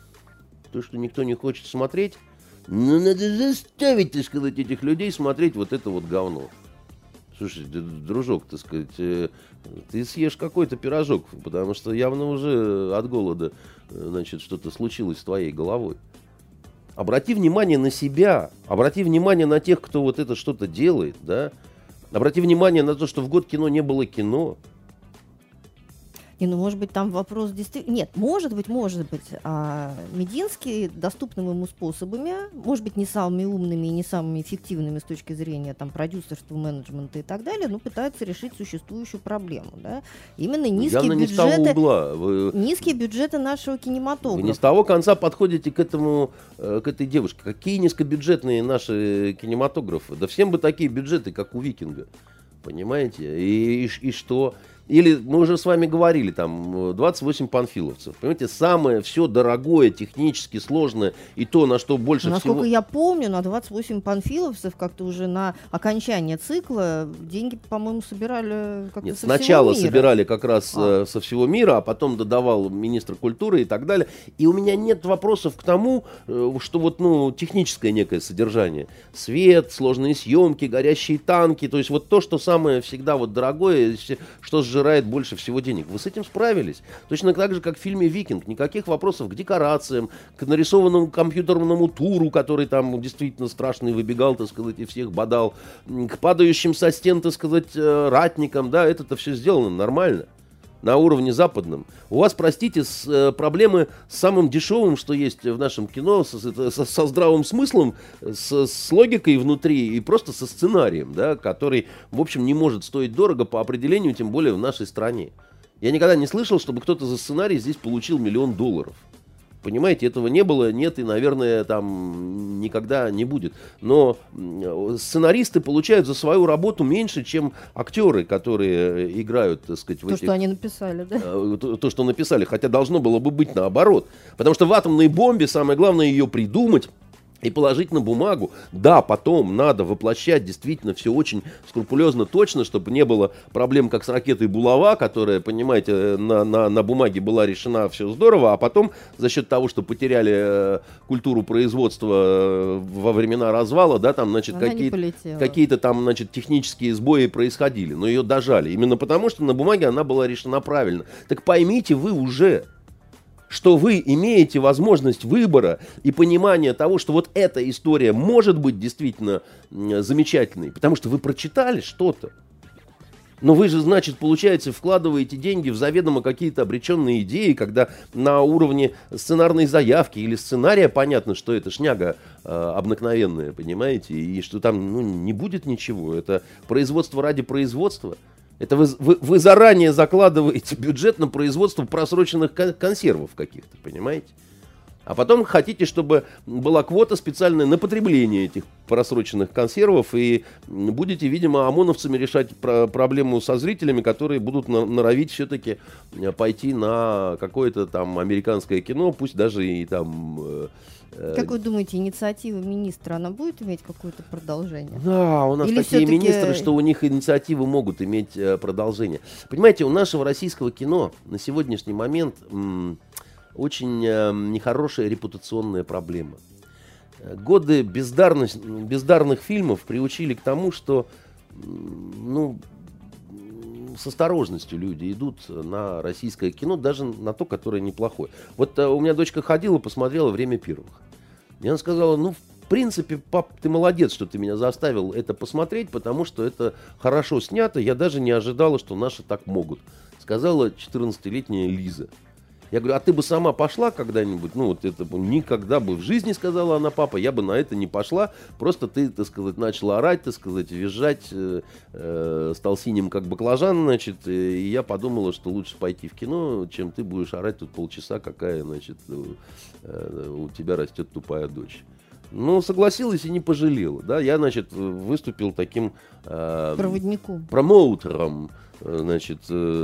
то, что никто не хочет смотреть, ну надо заставить, так сказать, этих людей смотреть вот это вот говно. Слушай, дружок, так сказать, э, ты съешь какой-то пирожок, потому что явно уже от голода, значит, что-то случилось с твоей головой. Обрати внимание на себя, обрати внимание на тех, кто вот это что-то делает, да. Обрати внимание на то, что в год кино не было кино. Не, ну, может быть, там вопрос действительно... Нет, может быть, может быть. А Мединский доступными ему способами, может быть, не самыми умными и не самыми эффективными с точки зрения там, продюсерства, менеджмента и так далее, но пытается решить существующую проблему. Да? Именно низкие не бюджеты, Вы... низкие бюджеты нашего кинематографа. Вы не с того конца подходите к этому, к этой девушке. Какие низкобюджетные наши кинематографы? Да всем бы такие бюджеты, как у «Викинга». Понимаете? И, и, и что? Или мы уже с вами говорили, там, двадцать восемь панфиловцев. Понимаете, самое все дорогое, технически сложное, и то, на что больше Но, всего... насколько я помню, на двадцать восемь панфиловцев как-то уже на окончание цикла деньги, по-моему, собирали как-то Нет, со сначала всего мира. собирали как раз А. э, со всего мира, а потом додавал министр культуры и так далее. И у меня нет вопросов к тому, э, что вот, ну, техническое некое содержание. Свет, сложные съемки, горящие танки. То есть вот то, что самое всегда вот дорогое, что сжирает больше всего денег. Вы с этим справились. Точно так же, как в фильме «Викинг». Никаких вопросов к декорациям, к нарисованному компьютерному туру, который там действительно страшный выбегал, так сказать, и всех бодал. К падающим со стен, так сказать, э, ратникам. Да, это-то все сделано нормально. На уровне западном. У вас, простите, с, э, проблемы с самым дешевым, что есть в нашем кино, со, со, со здравым смыслом, с, с логикой внутри и просто со сценарием, да, который, в общем, не может стоить дорого по определению, тем более в нашей стране. Я никогда не слышал, чтобы кто-то за сценарий здесь получил миллион долларов. Понимаете, этого не было, нет и, наверное, там никогда не будет. Но сценаристы получают за свою работу меньше, чем актеры, которые играют, так сказать, в То, этих... что они написали, да? То, то, что написали, хотя должно было бы быть наоборот. Потому что в атомной бомбе самое главное ее придумать и положить на бумагу. Да, потом надо воплощать действительно все очень скрупулезно, точно, чтобы не было проблем, как с ракетой «Булава», которая, понимаете, на, на, на бумаге была решена, все здорово, а потом за счет того, что потеряли э, культуру производства э, во времена развала, да, там, значит, какие-то, какие-то там, значит, технические сбои происходили, но ее дожали. Именно потому, что на бумаге она была решена правильно. Так поймите вы уже, что вы имеете возможность выбора и понимания того, что вот эта история может быть действительно замечательной, потому что вы прочитали что-то. Но вы же, значит, получается, вкладываете деньги в заведомо какие-то обреченные идеи, когда на уровне сценарной заявки или сценария понятно, что это шняга э, обыкновенная, понимаете, и что там, ну, не будет ничего. Это производство ради производства. Это вы, вы, вы заранее закладываете бюджет на производство просроченных консервов каких-то, понимаете? А потом хотите, чтобы была квота специальная на потребление этих просроченных консервов, и будете, видимо, ОМОНовцами решать про- проблему со зрителями, которые будут на- норовить все-таки пойти на какое-то там американское кино, пусть даже и там... Э, Как вы думаете, инициатива министра, она будет иметь какое-то продолжение? Да, у нас Или такие все-таки... министры, что у них инициативы могут иметь э, продолжение. Понимаете, у нашего российского кино на сегодняшний момент м, очень э, нехорошая репутационная проблема. Годы бездарность, бездарных фильмов приучили к тому, что м, ну, с осторожностью люди идут на российское кино, даже на то, которое неплохое. Вот э, у меня дочка ходила, посмотрела «Время первых». И она сказала, ну, в принципе, пап, ты молодец, что ты меня заставил это посмотреть, потому что это хорошо снято, я даже не ожидала, что наши так могут. Сказала четырнадцатилетняя Лиза. Я говорю, а ты бы сама пошла когда-нибудь? Ну, вот это никогда бы в жизни, сказала она, папа, я бы на это не пошла. Просто ты, так сказать, начала орать, так сказать, визжать, э, э, стал синим, как баклажан, значит. И я подумала, что лучше пойти в кино, чем ты будешь орать тут полчаса, какая, значит, э, у тебя растет тупая дочь. Ну, согласилась и не пожалела, да. Я, значит, выступил таким... Э, Проводником. Промоутером, значит...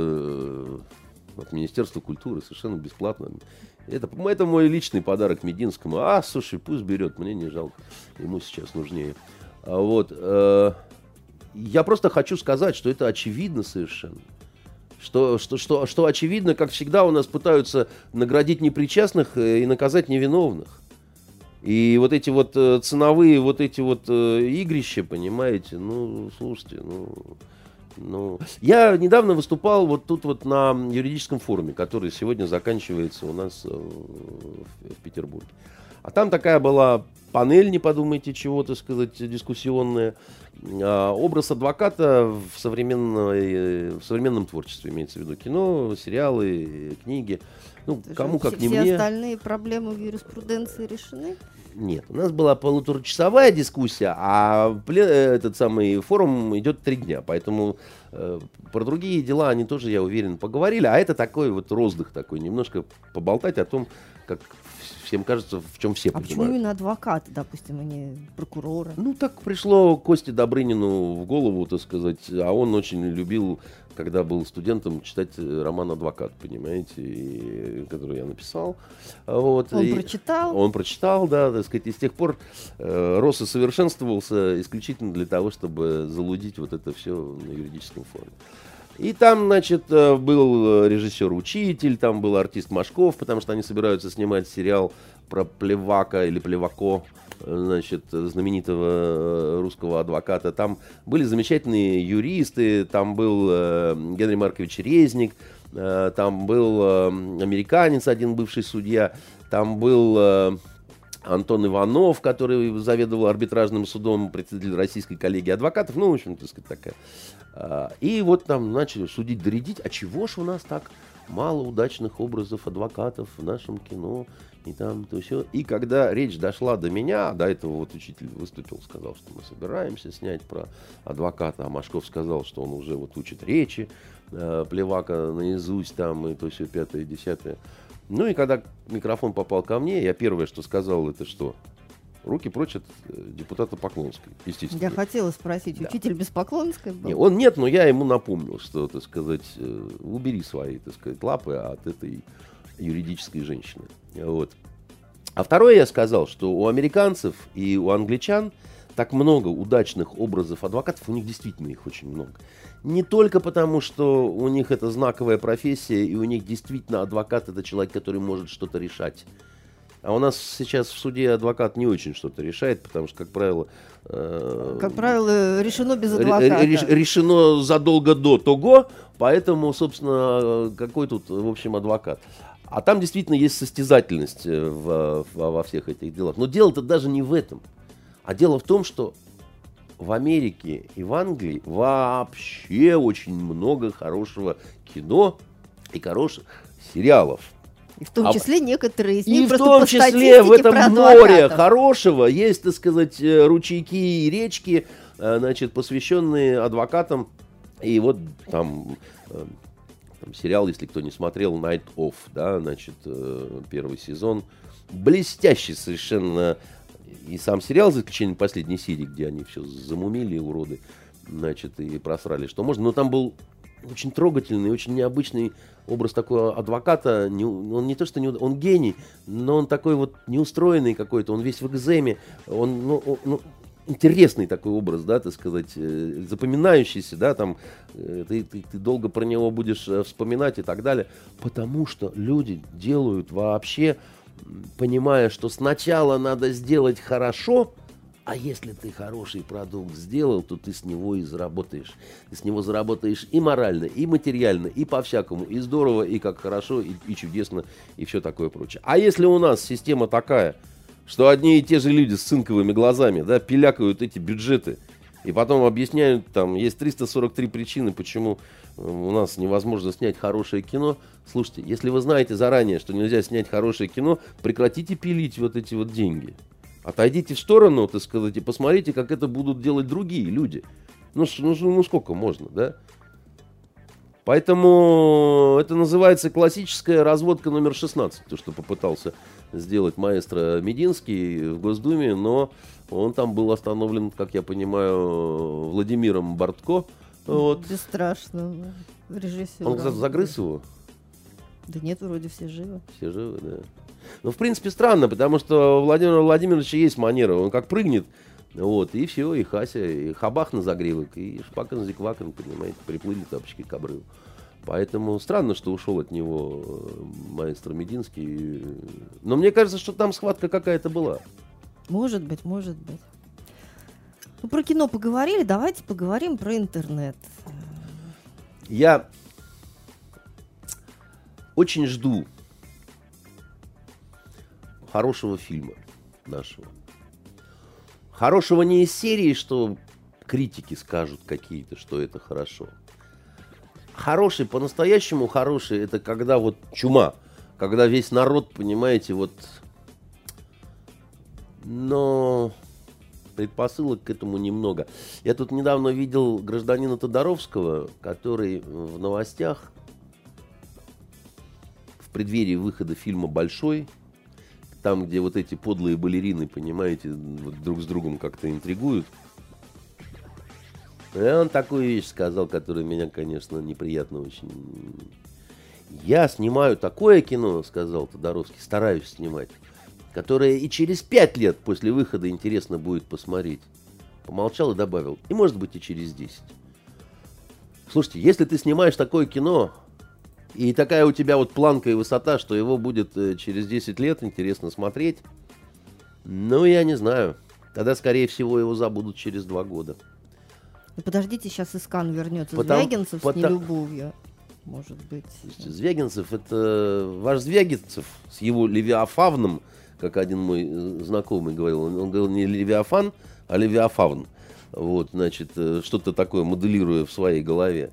Э, от Министерства культуры, совершенно бесплатно. Это, это мой личный подарок Мединскому. А, слушай, пусть берет, мне не жалко. Ему сейчас нужнее. А вот, э, я просто хочу сказать, что это очевидно совершенно. Что, что, что, что очевидно, как всегда, у нас пытаются наградить непричастных и наказать невиновных. И вот эти вот э, ценовые вот эти вот э, игрища, понимаете, ну, слушайте, ну... Ну, я недавно выступал вот тут вот на юридическом форуме, который сегодня заканчивается у нас в, в Петербурге. А там такая была панель, не подумайте чего, так сказать, дискуссионная. А, образ адвоката в, современной, в современном творчестве, имеется в виду кино, сериалы, книги. Ну, Это кому как все, не все мне. остальные проблемы в юриспруденции решены? Нет, у нас была полуторачасовая дискуссия, а этот самый форум идет три дня, поэтому э, про другие дела они тоже, я уверен, поговорили, а это такой вот роздых такой, немножко поболтать о том, как всем кажется, в чем все а понимают. Почему именно адвокаты, допустим, а не прокуроры? Ну, так пришло Косте Добрынину в голову, так сказать, а он очень любил когда был студентом, читать роман «Адвокат», понимаете, и, который я написал. Вот, он и прочитал? Он прочитал, да, так сказать, и с тех пор э, рос и совершенствовался исключительно для того, чтобы залудить вот это все на юридическом фоне. И там, значит, был режиссер-учитель, там был артист Машков, потому что они собираются снимать сериал про Плевака или Плевако, значит, знаменитого русского адвоката. Там были замечательные юристы, там был Генрий Маркович Резник, там был американец, один бывший судья, там был Антон Иванов, который заведовал арбитражным судом, председатель Российской коллегии адвокатов, ну, в общем, так сказать, такая. И вот там начали судить, доредить, а чего ж у нас так мало удачных образов адвокатов в нашем кино, и там, то все. И когда речь дошла до меня, до этого вот учитель выступил, сказал, что мы собираемся снять про адвоката, а Машков сказал, что он уже вот учит речи, Плевака наизусть там, и то все, пятое, десятое. Ну и когда микрофон попал ко мне, я первое, что сказал, это что? Руки прочь от депутата Поклонской, естественно. Я хотела спросить, учитель да. без Поклонской был? Не, он нет, но я ему напомнил, что, так сказать, убери свои, так сказать, лапы от этой юридической женщины. Вот. А второе я сказал, что у американцев и у англичан так много удачных образов адвокатов, у них действительно их очень много. Не только потому, что у них это знаковая профессия, и у них действительно адвокат — это человек, который может что-то решать. А у нас сейчас в суде адвокат не очень что-то решает, потому что, как правило... Э, как правило, решено без адвоката. Реш, решено задолго до того, поэтому, собственно, какой тут, в общем, адвокат. А там действительно есть состязательность в, в, во всех этих делах. Но дело-то даже не в этом. А дело в том, что в Америке и в Англии вообще очень много хорошего кино и хороших сериалов. И в том числе а, некоторые из них и просто в том по числе в этом море адвокатов. Хорошего есть, так сказать, ручейки и речки, значит, посвященные адвокатам. И вот там, там сериал, если кто не смотрел, Night Of, да, значит, первый сезон. Блестящий совершенно. И сам сериал, за исключением последней серии, где они все замумили, уроды, значит, и просрали, что можно. Но там был очень трогательный, очень необычный образ такого адвоката. Не, он не то, что не, он гений, но он такой вот неустроенный какой-то, он весь в экземе, он, ну, ну, интересный такой образ, да, так сказать, запоминающийся, да, там, ты, ты, ты долго про него будешь вспоминать и так далее, потому что люди делают вообще, понимая, что сначала надо сделать хорошо, а если ты хороший продукт сделал, то ты с него и заработаешь. Ты с него заработаешь и морально, и материально, и по-всякому, и здорово, и как хорошо, и, и чудесно, и все такое прочее. А если у нас система такая, что одни и те же люди с цинковыми глазами, да, пилякают эти бюджеты, и потом объясняют, там, есть триста сорок три причины, почему у нас невозможно снять хорошее кино. Слушайте, если вы знаете заранее, что нельзя снять хорошее кино, прекратите пилить вот эти вот деньги. Отойдите в сторону, так сказать, и посмотрите, как это будут делать другие люди. Ну, ну, ну сколько можно, да? Поэтому это называется классическая разводка номер шестнадцать, то, что попытался сделать маэстро Мединский в Госдуме, но он там был остановлен, как я понимаю, Владимиром Бортко. Вот. Бесстрашно режиссер. Он, кстати, загрыз его? Да нет, вроде все живы. Все живы, да. Ну, в принципе, странно, потому что у Владимира Владимировича есть манера. Он как прыгнет, вот, и все, и Хася, и хабах на загривок, и шпакан зиквакан, понимаете, приплыли тапочки к обрыву. Поэтому странно, что ушел от него маэстро Мединский. Но мне кажется, что там схватка какая-то была. Может быть, может быть. Ну, про кино поговорили, давайте поговорим про интернет. Я очень жду хорошего фильма нашего. Хорошего не из серии, что критики скажут какие-то, что это хорошо. Хороший, по-настоящему хороший, это когда вот чума, когда весь народ, понимаете, вот... Но предпосылок к этому немного. Я тут недавно видел гражданина Тодоровского, который в новостях в преддверии выхода фильма «Большой», там, где вот эти подлые балерины, понимаете, вот друг с другом как-то интригуют, И он такую вещь сказал, которая меня, конечно, неприятно очень. Я снимаю такое кино, сказал Тодоровский, стараюсь снимать, которое и через пять лет после выхода интересно будет посмотреть. Помолчал и добавил, и может быть и через десять. Слушайте, если ты снимаешь такое кино, и такая у тебя вот планка и высота, что его будет через десять лет интересно смотреть, ну, я не знаю. Тогда, скорее всего, его забудут через два года. Ну, подождите, сейчас Искан вернется. Потому, Звягинцев потому... с нелюбовью, может быть. Слушайте, Звягинцев, это ваш Звягинцев с его Левиафавном, как один мой знакомый говорил. Он, он говорил не Левиафан, а Левиафавн. Вот, значит, что-то такое моделируя в своей голове.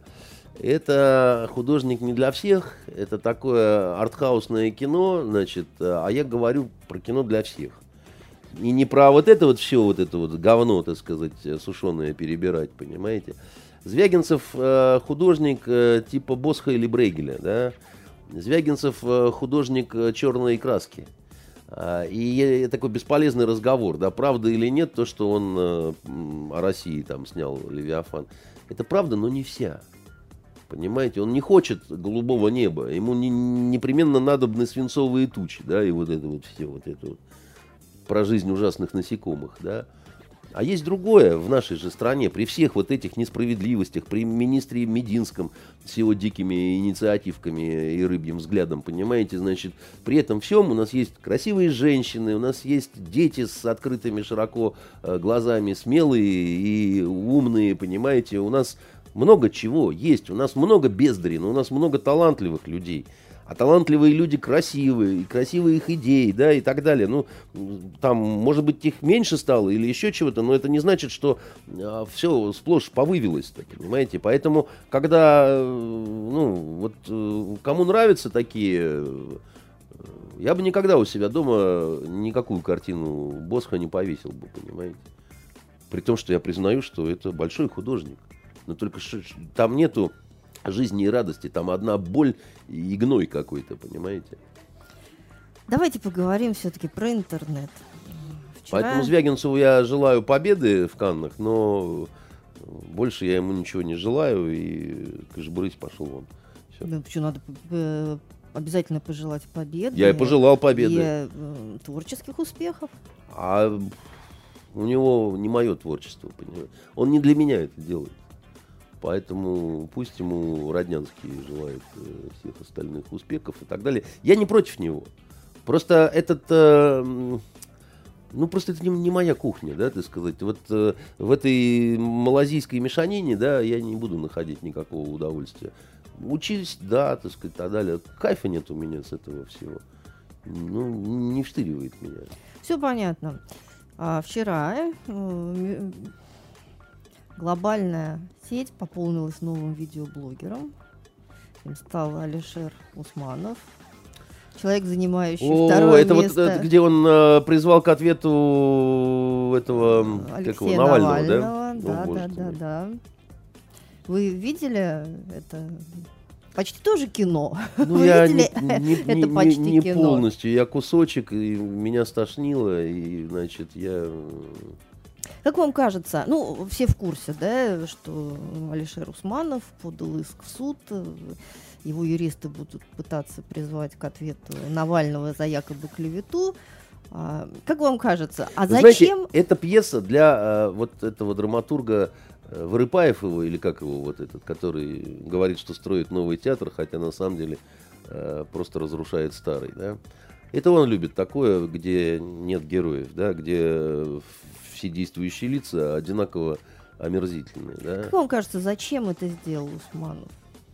Это художник не для всех, это такое артхаусное кино, значит, а я говорю про кино для всех. И не про вот это вот все, вот это вот говно, так сказать, сушеное перебирать, понимаете. Звягинцев э, художник э, типа Босха или Брейгеля, да. Звягинцев э, художник э, черной краски. Э, и такой бесполезный разговор, да, правда или нет, то, что он э, о России там снял Левиафан. Это правда, но не вся. Понимаете, он не хочет голубого неба, ему не, непременно надобны свинцовые тучи, да, и вот это вот все, вот это вот. Про жизнь ужасных насекомых, да. А есть другое в нашей же стране, при всех вот этих несправедливостях, при министре Мединском с его дикими инициативками и рыбьим взглядом, понимаете, значит, при этом всем у нас есть красивые женщины, у нас есть дети с открытыми широко э, глазами, смелые и умные, понимаете, у нас много чего есть, у нас много бездарей, но у нас много талантливых людей. А талантливые люди красивые, и красивые их идеи, да, и так далее. Ну, там, может быть, их меньше стало или еще чего-то, но это не значит, что а, все сплошь повывелось-то, понимаете? Поэтому, когда, ну, вот, кому нравятся такие, я бы никогда у себя дома никакую картину Босха не повесил бы, понимаете? При том, что я признаю, что это большой художник. Но только что, там нету жизни и радости, там одна боль и гной какой-то, понимаете? Давайте поговорим все-таки про интернет. Вчера... Поэтому Звягинцеву я желаю победы в Каннах, но больше я ему ничего не желаю, и кыш-брысь, пошел вон. Все. Ну, почему надо обязательно пожелать победы? Я и пожелал победы. И э, творческих успехов. А у него не мое творчество, понимаете? Он не для меня это делает. Поэтому пусть ему Роднянский желает э, всех остальных успехов и так далее. Я не против него. Просто этот... Э, ну, просто это не, не моя кухня, да, так сказать. Вот э, в этой малазийской мешанине, да, я не буду находить никакого удовольствия. Учись, да, так сказать, и так далее. Кайфа нет у меня с этого всего. Ну, не вштыривает меня. Все понятно. А вчера... Э, глобальная сеть пополнилась новым видеоблогером. Им стал Алишер Усманов. Человек, занимающий О, второе это место. Вот, это где он э, призвал к ответу этого Алексея его, Навального, Навального, да? Да, О, да, да, да. Вы видели это? Почти тоже кино. Ну, Вы я видели? не, не, Это не, почти не кино. полностью. Я кусочек, и меня стошнило, и, значит, я... Как вам кажется, ну, все в курсе, да, что Алишер Усманов подал иск в суд, его юристы будут пытаться призвать к ответу Навального за якобы клевету. А, как вам кажется, а Вы зачем... Знаете, эта пьеса для а, вот этого драматурга а, Вырыпаев его, или как его вот этот, который говорит, что строит новый театр, хотя на самом деле а, просто разрушает старый, да. Это он любит такое, где нет героев, да, где все действующие лица одинаково омерзительные. Да? Как вам кажется, зачем это сделал Усманов?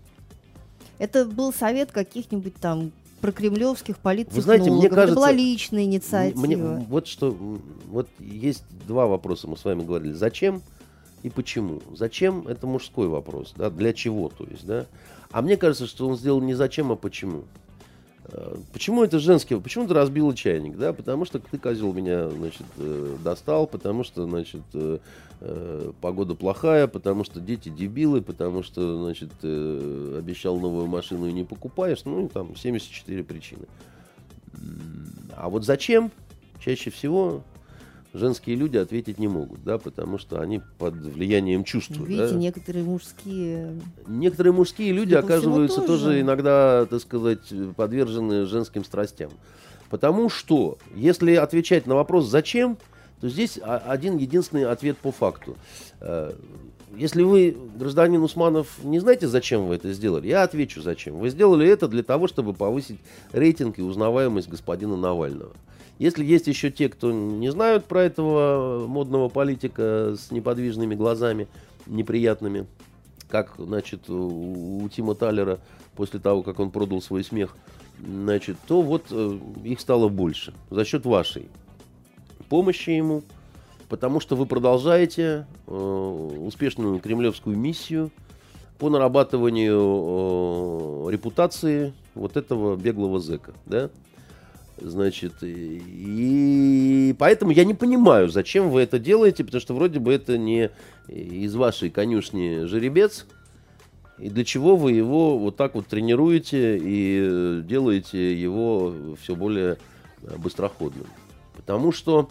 Это был совет каких-нибудь там прокремлевских политтехнологов? Вы знаете, мне кажется, это была личная инициатива? Мне, вот что, вот есть два вопроса, мы с вами говорили. Зачем и почему? Зачем — это мужской вопрос, да, для чего, то есть, да. А мне кажется, что он сделал не зачем, а почему. Почему это женский? Почему ты разбила чайник? Да, потому что ты, козел, меня, значит, достал, потому что, значит, погода плохая, потому что дети дебилы, потому что, значит, обещал новую машину и не покупаешь. Ну, там семьдесят четыре причины. А вот зачем? Чаще всего женские люди ответить не могут, да, потому что они под влиянием чувств. Видите, да. некоторые мужские... Некоторые мужские люди да, оказываются тоже. тоже иногда, так сказать, подвержены женским страстям. Потому что, если отвечать на вопрос «зачем?», то здесь один единственный ответ по факту. Если вы, гражданин Усманов, не знаете, зачем вы это сделали, я отвечу, зачем. Вы сделали это для того, чтобы повысить рейтинг и узнаваемость господина Навального. Если есть еще те, кто не знают про этого модного политика с неподвижными глазами, неприятными, как, значит, у, у Тима Таллера после того, как он продал свой смех, значит, то вот э, их стало больше за счет вашей помощи ему, потому что вы продолжаете э, успешную кремлевскую миссию по нарабатыванию э, репутации вот этого беглого зэка, да? Значит, и поэтому я не понимаю, зачем вы это делаете, потому что вроде бы это не из вашей конюшни жеребец, и для чего вы его вот так вот тренируете и делаете его все более быстроходным. Потому что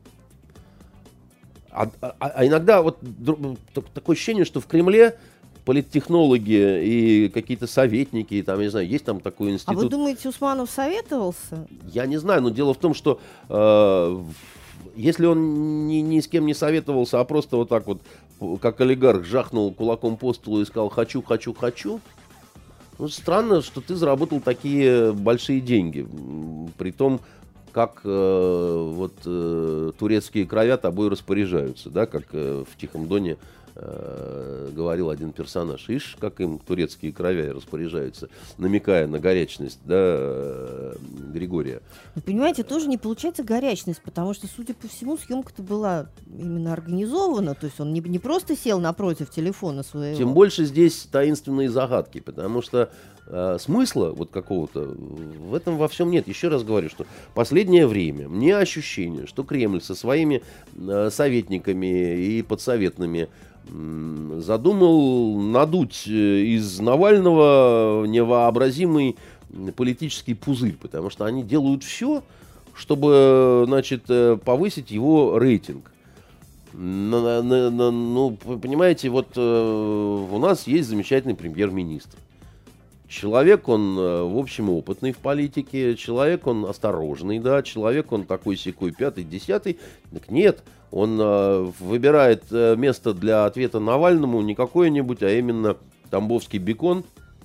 а, а, а иногда вот такое ощущение, что в Кремле политтехнологи и какие-то советники, там, я не знаю, есть там такой институт. А вы думаете, Усманов советовался? Я не знаю, но дело в том, что э, если он ни, ни с кем не советовался, а просто вот так вот, как олигарх, жахнул кулаком по столу и сказал «хочу, хочу, хочу», ну, странно, что ты заработал такие большие деньги. При том, как э, вот э, турецкие края тобой распоряжаются, да, как э, в «Тихом доне» говорил один персонаж. Ишь, как им турецкие кровя распоряжаются, намекая на горячность, да, Григория. Вы понимаете, тоже не получается горячность, потому что, судя по всему, съемка-то была именно организована, то есть он не, не просто сел напротив телефона своего. Тем больше здесь таинственные загадки, потому что э, смысла вот какого-то в этом во всем нет. Еще раз говорю, что последнее время мне ощущение, что Кремль со своими э, советниками и подсоветными задумал надуть из Навального невообразимый политический пузырь, потому что они делают все, чтобы, значит, повысить его рейтинг. На, на, на, ну, понимаете, вот у нас есть замечательный премьер-министр. Человек, он, в общем, опытный в политике, человек, он осторожный, да, человек, он такой-сякой, пятый, десятый. Так нет, он э, выбирает э, место для ответа Навальному не какое-нибудь, а именно Тамбовский бекон.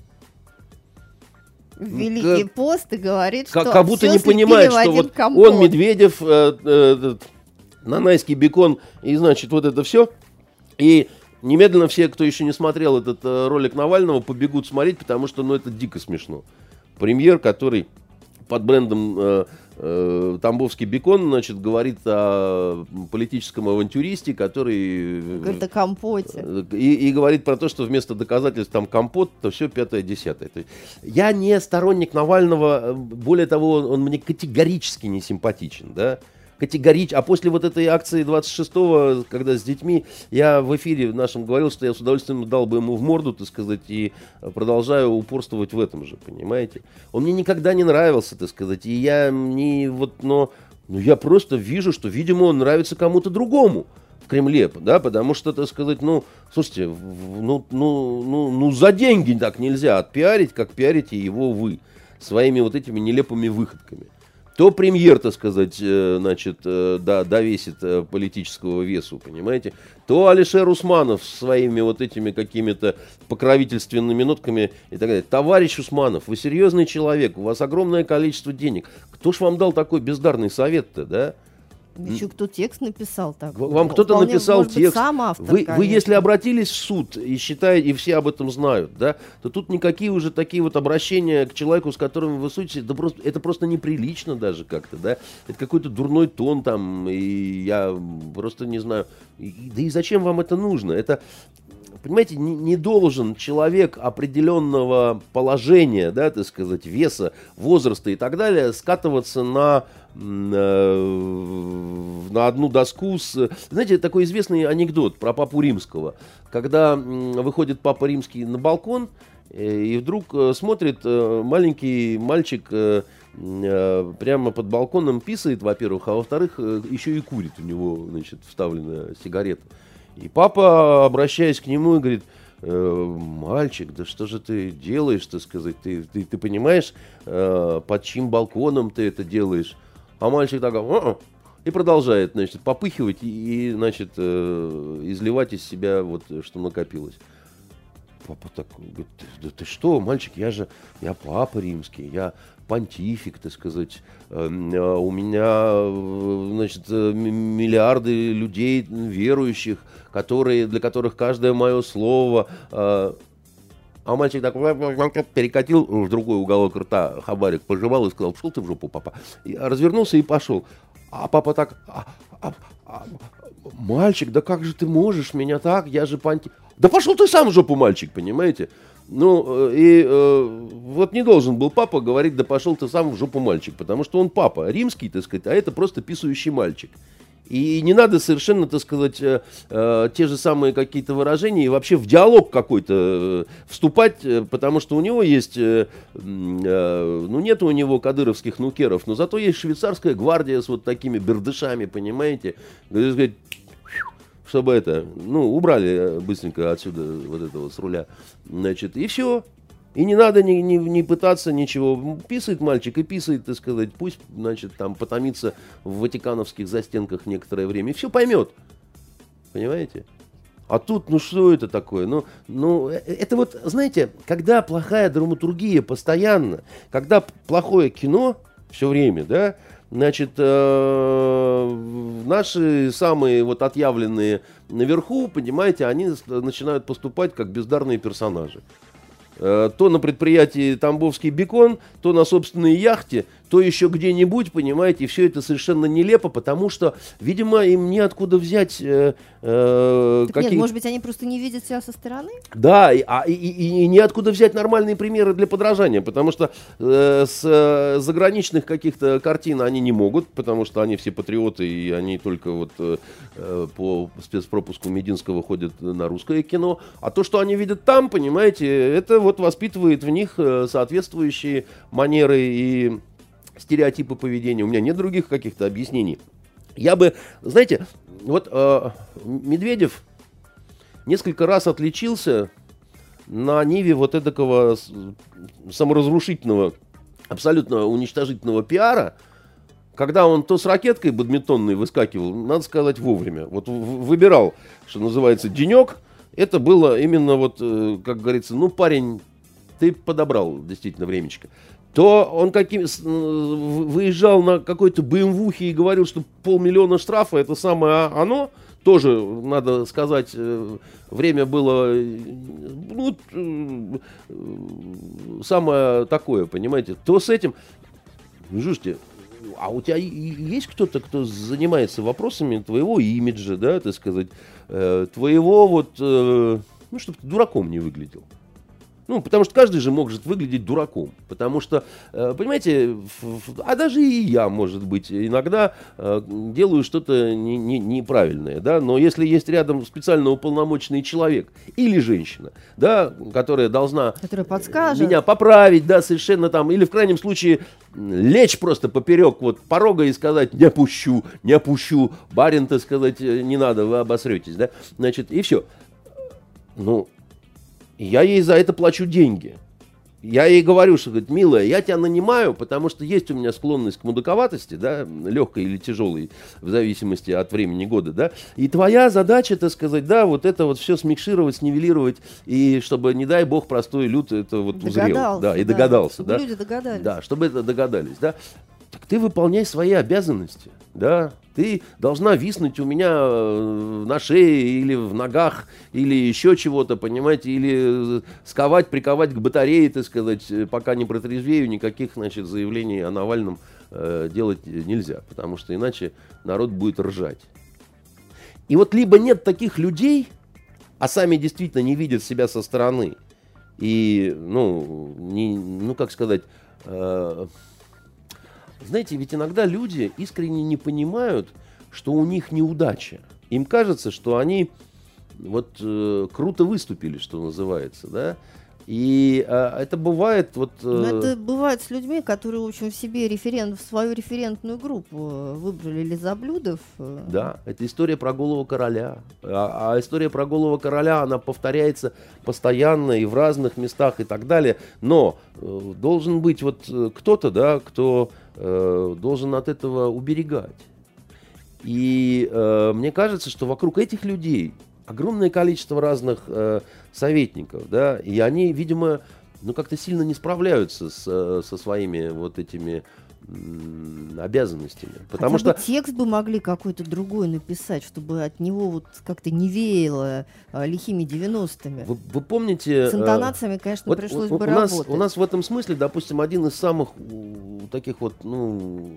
Великий как, пост и говорит, как, что как будто не понимает, что вот компот. Он, Медведев, э, э, нанайский бекон, и, значит, вот это все. И немедленно все, кто еще не смотрел этот э, ролик Навального, побегут смотреть, потому что, ну, это дико смешно. Премьер, который под брендом э, э, Тамбовский бекон, значит, говорит о политическом авантюристе, который... Говорит о компоте. И, и говорит про то, что вместо доказательств там компот, то все пятое-десятое. Я не сторонник Навального, более того, он, он мне категорически не симпатичен, да. Категорично. А после вот этой акции двадцать шестого, когда с детьми, я в эфире нашем говорил, что я с удовольствием дал бы ему в морду, так сказать, и продолжаю упорствовать в этом же, понимаете? Он мне никогда не нравился, так сказать, и я не вот, но, но я просто вижу, что, видимо, он нравится кому-то другому в Кремле, да, потому что, так сказать, ну, слушайте, ну, ну, ну, ну за деньги так нельзя отпиарить, как пиарите его вы своими вот этими нелепыми выходками. То премьер, так сказать, значит, да, довесит политического весу, понимаете, то Алишер Усманов своими вот этими какими-то покровительственными нотками и так далее. Товарищ Усманов, вы серьезный человек, у вас огромное количество денег. Кто ж вам дал такой бездарный совет-то, да? Еще кто текст написал так? Вам кто-то написал текст. Сам автор, вы, вы, если обратились в суд и считаете, и все об этом знают, да, то тут никакие уже такие вот обращения к человеку, с которым вы судите, да просто, это просто неприлично даже как-то, да. Это какой-то дурной тон там, и я просто не знаю. И, да и зачем вам это нужно? Это, понимаете, не, не должен человек определенного положения, да, так сказать, веса, возраста и так далее скатываться на... на одну доску с... Знаете, такой известный анекдот про Папу Римского. Когда выходит Папа Римский на балкон, и вдруг смотрит маленький мальчик э, прямо под балконом писает, во-первых, а во-вторых, э, еще и курит, у него, значит, вставлена сигарета. И папа, обращаясь к нему, говорит: э, мальчик, да что же ты делаешь, так сказать, ты, ты, ты понимаешь, э, под чьим балконом ты это делаешь? А мальчик так, а-а", и продолжает, значит, попыхивать и, и значит, э, изливать из себя вот, что накопилось. Папа такой говорит: да ты что, мальчик, я же, я папа римский, я понтифик, так сказать, э, у меня, значит, миллиарды людей верующих, которые, для которых каждое мое слово... Э, а мальчик так перекатил в другой уголок рта хабарик, пожевал и сказал: пошел ты в жопу, папа. И развернулся и пошел. А папа так: а, а, а, мальчик, да как же ты можешь меня так, я же понтифик. Да пошел ты сам в жопу, мальчик, понимаете? Ну, и э, вот не должен был папа говорить: да пошел ты сам в жопу, мальчик, потому что он папа римский, так сказать, а это просто писающий мальчик. И не надо совершенно, так сказать, э, э, те же самые какие-то выражения и вообще в диалог какой-то э, вступать, э, потому что у него есть, э, э, ну, нет у него кадыровских нукеров, но зато есть швейцарская гвардия с вот такими бердышами, понимаете? Сказать, чтобы это, ну, убрали быстренько отсюда вот это вот с руля, значит, и все. И не надо не, не, не пытаться ничего. Писает мальчик и писает, так сказать, пусть, значит, там потомится в ватикановских застенках некоторое время, и все поймет. Понимаете? А тут, ну что это такое? Ну, ну, это вот, знаете, когда плохая драматургия постоянно, когда плохое кино все время, да, значит, э, наши самые вот отъявленные наверху, понимаете, они начинают поступать как бездарные персонажи. То на предприятии «Тамбовский бекон», то на собственной яхте, то еще где-нибудь, понимаете, и все это совершенно нелепо, потому что, видимо, им неоткуда взять... Э, э, так какие... Нет, может быть, они просто не видят себя со стороны? Да, и, а, и, и, и неоткуда взять нормальные примеры для подражания, потому что э, с э, заграничных каких-то картин они не могут, потому что они все патриоты, и они только вот э, по спецпропуску Мединского ходят на русское кино, а то, что они видят там, понимаете, это вот воспитывает в них соответствующие манеры и стереотипы поведения. У меня нет других каких-то объяснений. Я бы, знаете, вот э, Медведев несколько раз отличился на ниве вот эдакого саморазрушительного, абсолютно уничтожительного пиара, когда он то с ракеткой бадминтонной выскакивал, надо сказать, вовремя. Вот выбирал, что называется, денек. Это было именно вот, как говорится, ну, парень, ты подобрал действительно времечко. То он каким, выезжал на какой-то бэ эм вэ и говорил, что полмиллиона штрафа, это самое оно. Тоже, надо сказать, время было, ну, самое такое, понимаете. То с этим, слушайте, а у тебя есть кто-то, кто занимается вопросами твоего имиджа, да, так сказать, твоего вот, ну, чтобы ты дураком не выглядел? Ну, потому что каждый же может выглядеть дураком. Потому что, понимаете, а даже и я, может быть, иногда делаю что-то не, не, неправильное, да, но если есть рядом специально уполномоченный человек или женщина, да, которая должна которая подскажет, меня поправить, да, совершенно там, или в крайнем случае лечь просто поперек вот порога и сказать: не пущу, не пущу, барин, так сказать, не надо, вы обосретесь, да, значит, и все. Ну, я ей за это плачу деньги. Я ей говорю, что, говорит, милая, я тебя нанимаю, потому что есть у меня склонность к мудаковатости, да, легкой или тяжелой, в зависимости от времени года, да. И твоя задача, так сказать, да, вот это вот все смикшировать, снивелировать, и чтобы, не дай бог, простой люд это вот узрел. Да, и догадался, да. Чтобы люди догадались. Да, чтобы это догадались, да. Так ты выполняй свои обязанности, да. Ты должна виснуть у меня на шее или в ногах, или еще чего-то, понимаете, или сковать, приковать к батарее, так сказать, пока не протрезвею, никаких, значит, заявлений о Навальном э, делать нельзя, потому что иначе народ будет ржать. И вот либо нет таких людей, а сами действительно не видят себя со стороны, и, ну, не, ну как сказать... Э, Знаете, ведь иногда люди искренне не понимают, что у них неудача. Им кажется, что они вот э, круто выступили, что называется, да. И а, это бывает вот... Но э, это бывает с людьми, которые, в общем, в себе референт, в свою референтную группу выбрали лизоблюдов. Да, это история про голову короля. А, а история про голову короля, она повторяется постоянно и в разных местах и так далее. Но э, должен быть вот э, кто-то, да, кто э, должен от этого уберегать. И э, мне кажется, что вокруг этих людей огромное количество разных э, советников, да, и они, видимо, ну как-то сильно не справляются с, со своими вот этими м, обязанностями, потому Хотя что бы текст бы могли какой-то другой написать, чтобы от него вот как-то не веяло а, лихими девяностыми. вы, вы помните, С интонациями, конечно, вот пришлось у, бы у нас, работать. у нас в этом смысле, допустим, один из самых у, таких вот, ну,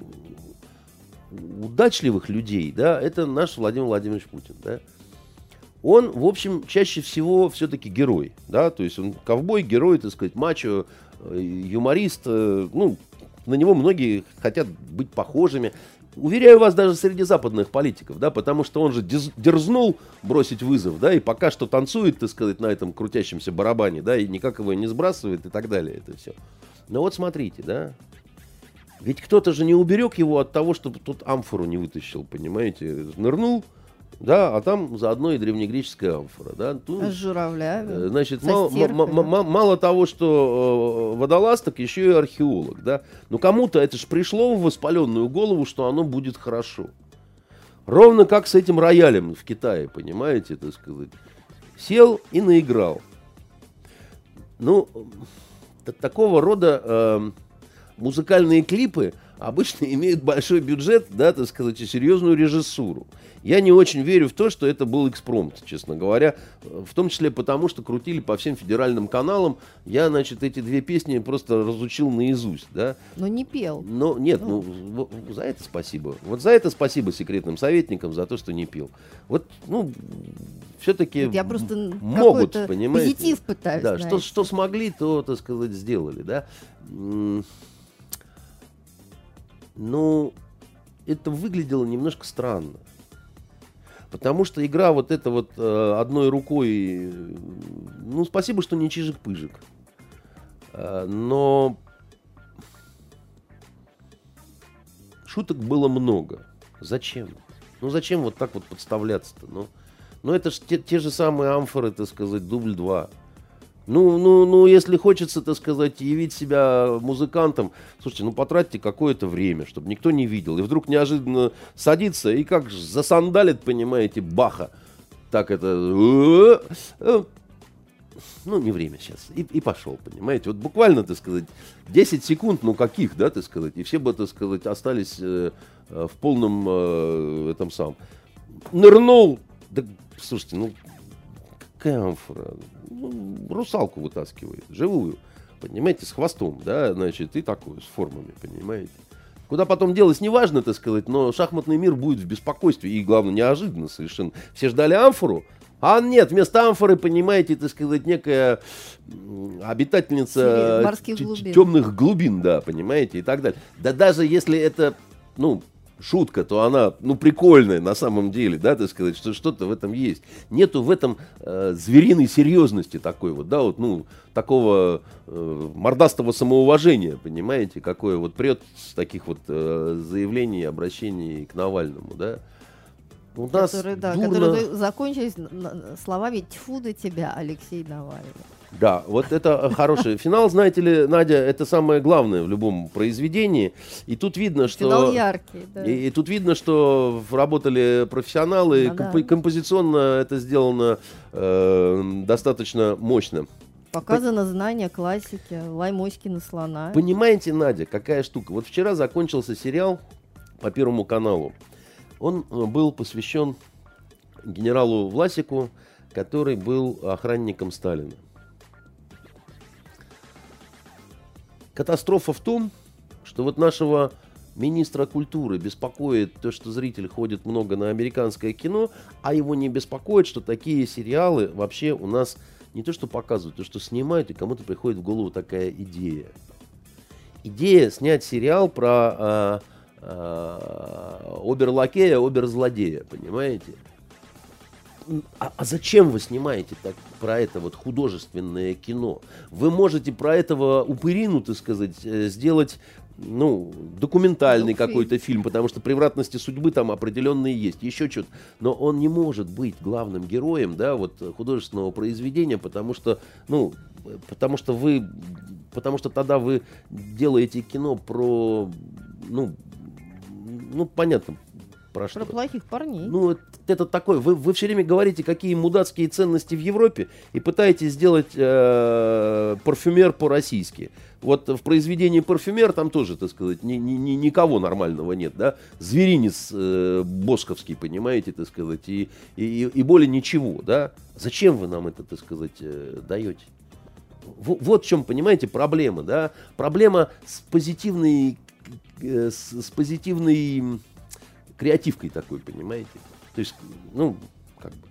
удачливых людей, да, это наш Владимир Владимирович Путин, да. Он, в общем, чаще всего все-таки герой, да, то есть он ковбой, герой, так сказать, мачо, э, юморист, э, ну, на него многие хотят быть похожими. Уверяю вас, даже среди западных политиков, да, потому что он же дез- дерзнул бросить вызов, да, и пока что танцует, так сказать, на этом крутящемся барабане, да, и никак его не сбрасывает и так далее, это все. Но вот смотрите, да, ведь кто-то же не уберег его от того, чтобы тут амфору не вытащил, понимаете, нырнул, да, а там заодно и древнегреческая амфора, да. Ну, С журавлями. значит, со мало, стеркой, м- м- да. м- мало того, что э, водолаз, так еще и археолог, да. Но кому-то это же пришло в воспаленную голову, что оно будет хорошо. Ровно как с этим роялем в Китае, понимаете, так сказать. Сел и наиграл. Ну, т- такого рода э, музыкальные клипы обычно имеют большой бюджет, да, так сказать, и серьезную режиссуру. Я не очень верю в то, что это был экспромт, честно говоря, в том числе потому, что крутили по всем федеральным каналам. Я, значит, эти две песни просто разучил наизусть, да. Но не пел. Но нет, ну, Ну. в- за это спасибо. Вот за это спасибо секретным советникам, за то, что не пил. Вот, ну, все-таки Я просто могут, какой-то понимаете. позитив пытаюсь Да, что, найти. что смогли, то, так сказать, сделали, да. М, Ну, это выглядело немножко странно. Потому что игра вот эта вот э, одной рукой, э, ну, спасибо, что не Чижик-Пыжик. Э, но шуток было много. Зачем? Ну, зачем вот так вот подставляться-то? Ну, ну это же те, те же самые амфоры, так сказать, дубль два. Ну, ну, ну, если хочется, так сказать, явить себя музыкантом, слушайте, ну потратьте какое-то время, чтобы никто не видел. И вдруг неожиданно садится и как же засандалит, понимаете, Баха. Так это... Ну, не время сейчас. И, и пошел, понимаете. Вот буквально, так сказать, десять секунд, ну каких, да, так сказать. И все бы, так сказать, остались э, э, в полном э, этом самом. Нырнул. Да, слушайте, ну... Какая амфора? Ну, русалку вытаскивает, живую, понимаете, с хвостом, да, значит, и такую, с формами, понимаете. Куда потом делать, неважно, так сказать, но шахматный мир будет в беспокойстве, и, главное, неожиданно совершенно. Все ждали амфору, а нет, вместо амфоры, понимаете, так сказать, некая обитательница морских глубин. темных глубин, да, понимаете, и так далее. Да даже если это, ну... шутка, то она, ну, прикольная на самом деле, да, так сказать, что что-то в этом есть. Нету в этом э, звериной серьезности такой вот, да, вот, ну, такого э, мордастого самоуважения, понимаете, какое вот прет с таких вот э, заявлений, обращений к Навальному, да. У нас Которые, да, дурно... которые закончились словами «тьфу до тебя, Алексей Навальный». Да, вот это хороший финал, знаете ли, Надя, это самое главное в любом произведении. И тут видно, что... Финал яркий, да. И, и тут видно, что работали профессионалы, Ну, да. комп- композиционно это сделано э, достаточно мощно. Показано знание классики, лай моськи на слона. Понимаете, Надя, какая штука? Вот вчера закончился сериал по Первому каналу. Он э, был посвящен генералу Власику, который был охранником Сталина. Катастрофа в том, что вот нашего министра культуры беспокоит то, что зритель ходит много на американское кино, а его не беспокоит, что такие сериалы вообще у нас не то что показывают, то что снимают, и кому-то приходит в голову такая идея. Идея снять сериал про а, а, обер-лакея, обер-злодея, понимаете? а, а зачем вы снимаете так, про это вот художественное кино? Вы можете про этого упырину, так сказать, сделать, ну, документальный ну, какой-то фильм, потому что превратности судьбы там определенные есть, еще что-то. Но он не может быть главным героем, да, вот художественного произведения, потому что, ну, потому что вы, потому что тогда вы делаете кино про, ну, ну, понятно. Про, про плохих парней. Ну, это, это такое. Вы, вы все время говорите, какие мудацкие ценности в Европе, и пытаетесь сделать э, парфюмер по-российски. Вот в произведении «Парфюмер» там тоже, так сказать, ни, ни, ни, никого нормального нет, да? Зверинец э, босковский, понимаете, так сказать, и, и, и более ничего, да? Зачем вы нам это, так сказать, э, даете? В, вот в чем, понимаете, проблема, да? Проблема с позитивной, э, с, с позитивной креативкой такой, понимаете? То есть, ну, как бы.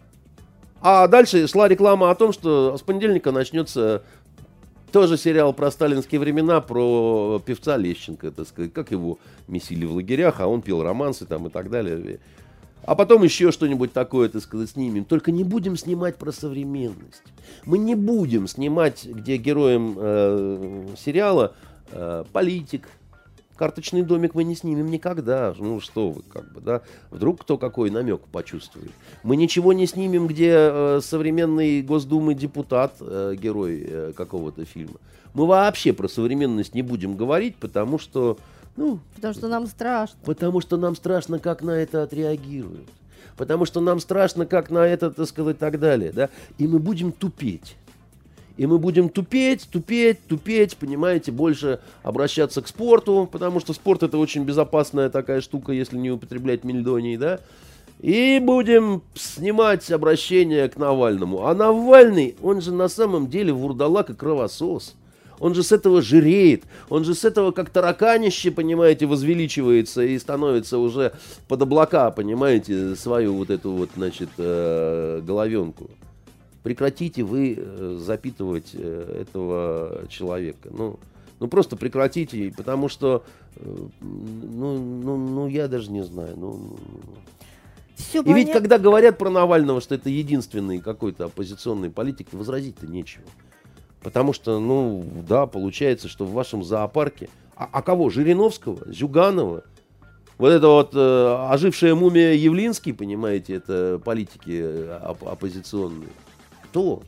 А дальше шла реклама о том, что с понедельника начнется тоже сериал про сталинские времена, про певца Лещенко, так сказать, как его месили в лагерях, а он пел романсы там и так далее. А потом еще что-нибудь такое, так сказать, снимем. Только не будем снимать про современность. Мы не будем снимать, где героем э, сериала э, политик. Карточный домик мы не снимем никогда. Ну что вы, как бы, да. Вдруг кто какой намек почувствует. Мы ничего не снимем, где э, современный Госдумы депутат, э, герой э, какого-то фильма. Мы вообще про современность не будем говорить, потому что... Ну, потому что нам страшно. Потому что нам страшно, как на это отреагируют. Потому что нам страшно, как на это, так сказать, так далее. Да? И мы будем тупеть. И мы будем тупеть, тупеть, тупеть, понимаете, больше обращаться к спорту, потому что спорт — это очень безопасная такая штука, если не употреблять мельдоний, да. И будем снимать обращение к Навальному. А Навальный, он же на самом деле вурдалак и кровосос. Он же с этого жиреет, он же с этого как тараканище, понимаете, возвеличивается и становится уже под облака, понимаете, свою вот эту вот, значит, головенку. Прекратите вы запитывать этого человека. Ну, ну просто прекратите, потому что, ну, ну, ну я даже не знаю. Ну, Все и понятно. ведь когда говорят про Навального, что это единственный какой-то оппозиционный политик, возразить-то нечего. Потому что, ну, да, получается, что в вашем зоопарке... А, а кого? Жириновского? Зюганова? Вот это вот э, ожившая мумия Явлинский, понимаете, это политики оп- оппозиционные. Кто?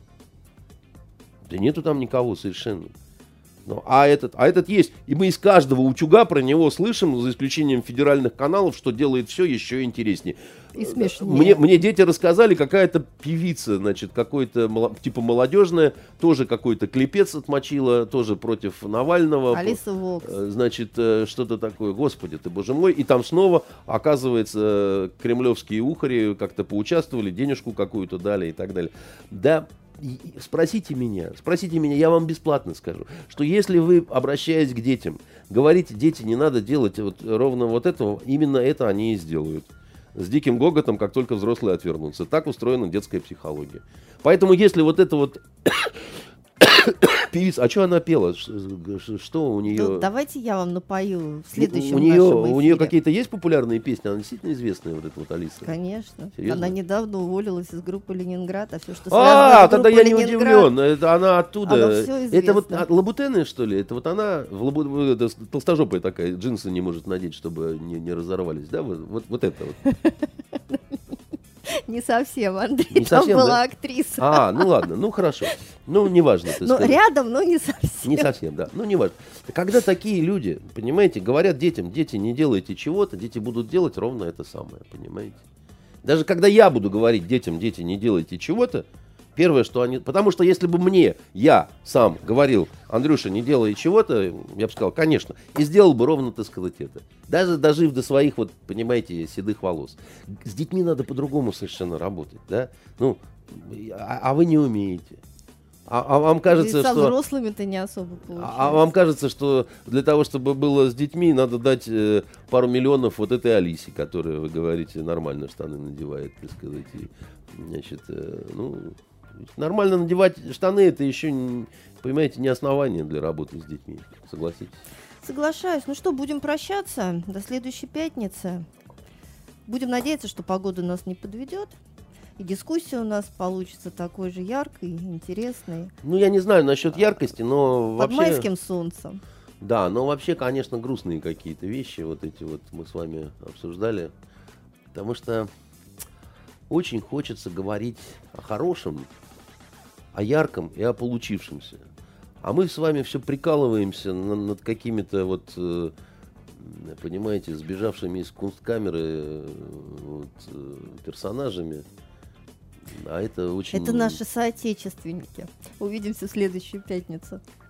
Да нету там никого совершенно. Ну, а, этот, а этот есть. И мы из каждого утюга про него слышим, за исключением федеральных каналов, что делает все еще интереснее. И смешнее. Мне, мне дети рассказали, какая-то певица, значит, какой-то типа молодежная, тоже какой-то клипец отмочила, тоже против Навального. Алиса Вокс. Значит, что-то такое, господи ты, боже мой. И там снова, оказывается, кремлевские ухари как-то поучаствовали, денежку какую-то дали и так далее. Да. Спросите меня, спросите меня, я вам бесплатно скажу, что если вы, обращаясь к детям, говорите, дети, не надо делать вот ровно вот этого, именно это они и сделают. С диким гоготом, как только взрослые отвернутся. Так устроена детская психология. Поэтому если вот это вот... Певица, а что она пела? Что у нее? Да, давайте я вам напою в следующем у нее, нашем эфире. У нее какие-то есть популярные песни? Она действительно известная, вот эта вот Алиса. Конечно. Серьезно? Она недавно уволилась из группы Ленинград, а все, что А, связано с тогда группой я не Ленинград, удивлен. Это она оттуда. оно всё Это вот известно. от Лабутены, что ли? Это вот она в Лабу... это толстожопая такая, джинсы не может надеть, чтобы не, не разорвались, да? Вот, вот, вот это вот. Не совсем, Андрей, Не там совсем, была да? актриса. А, ну ладно, ну хорошо. Ну, неважно. так Ну, сказать. рядом, но не совсем. Не совсем, да. Ну, неважно. Когда такие люди, понимаете, говорят детям, дети, не делайте чего-то, дети будут делать ровно это самое, понимаете? Даже когда я буду говорить детям, дети, не делайте чего-то, первое, что они... Потому что если бы мне, я сам говорил, Андрюша, не делай чего-то, я бы сказал, конечно, и сделал бы ровно, так сказать, это. Даже дожив до своих, вот, понимаете, седых волос. С детьми надо по-другому совершенно работать, да? Ну, а, а вы не умеете. А, а вам кажется, И со что... взрослыми-то не особо получается. А вам кажется, что для того, чтобы было с детьми, надо дать э, пару миллионов вот этой Алисе, которая, вы говорите, нормально штаны надевает, так сказать. И, значит, э, ну, нормально надевать штаны, это еще, не, понимаете, не основание для работы с детьми. Согласитесь? Соглашаюсь. Ну что, будем прощаться до следующей пятницы. Будем надеяться, что погода нас не подведет. и дискуссия у нас получится такой же яркой, интересной. Ну, я не знаю насчет яркости, но Под вообще... майским солнцем. Да, но вообще, конечно, грустные какие-то вещи вот эти вот мы с вами обсуждали. Потому что очень хочется говорить о хорошем, о ярком и о получившемся. А мы с вами все прикалываемся на- над какими-то вот, э, понимаете, сбежавшими из кунсткамеры э, вот, э, персонажами. А это очень... Это наши соотечественники. Увидимся в следующую пятницу.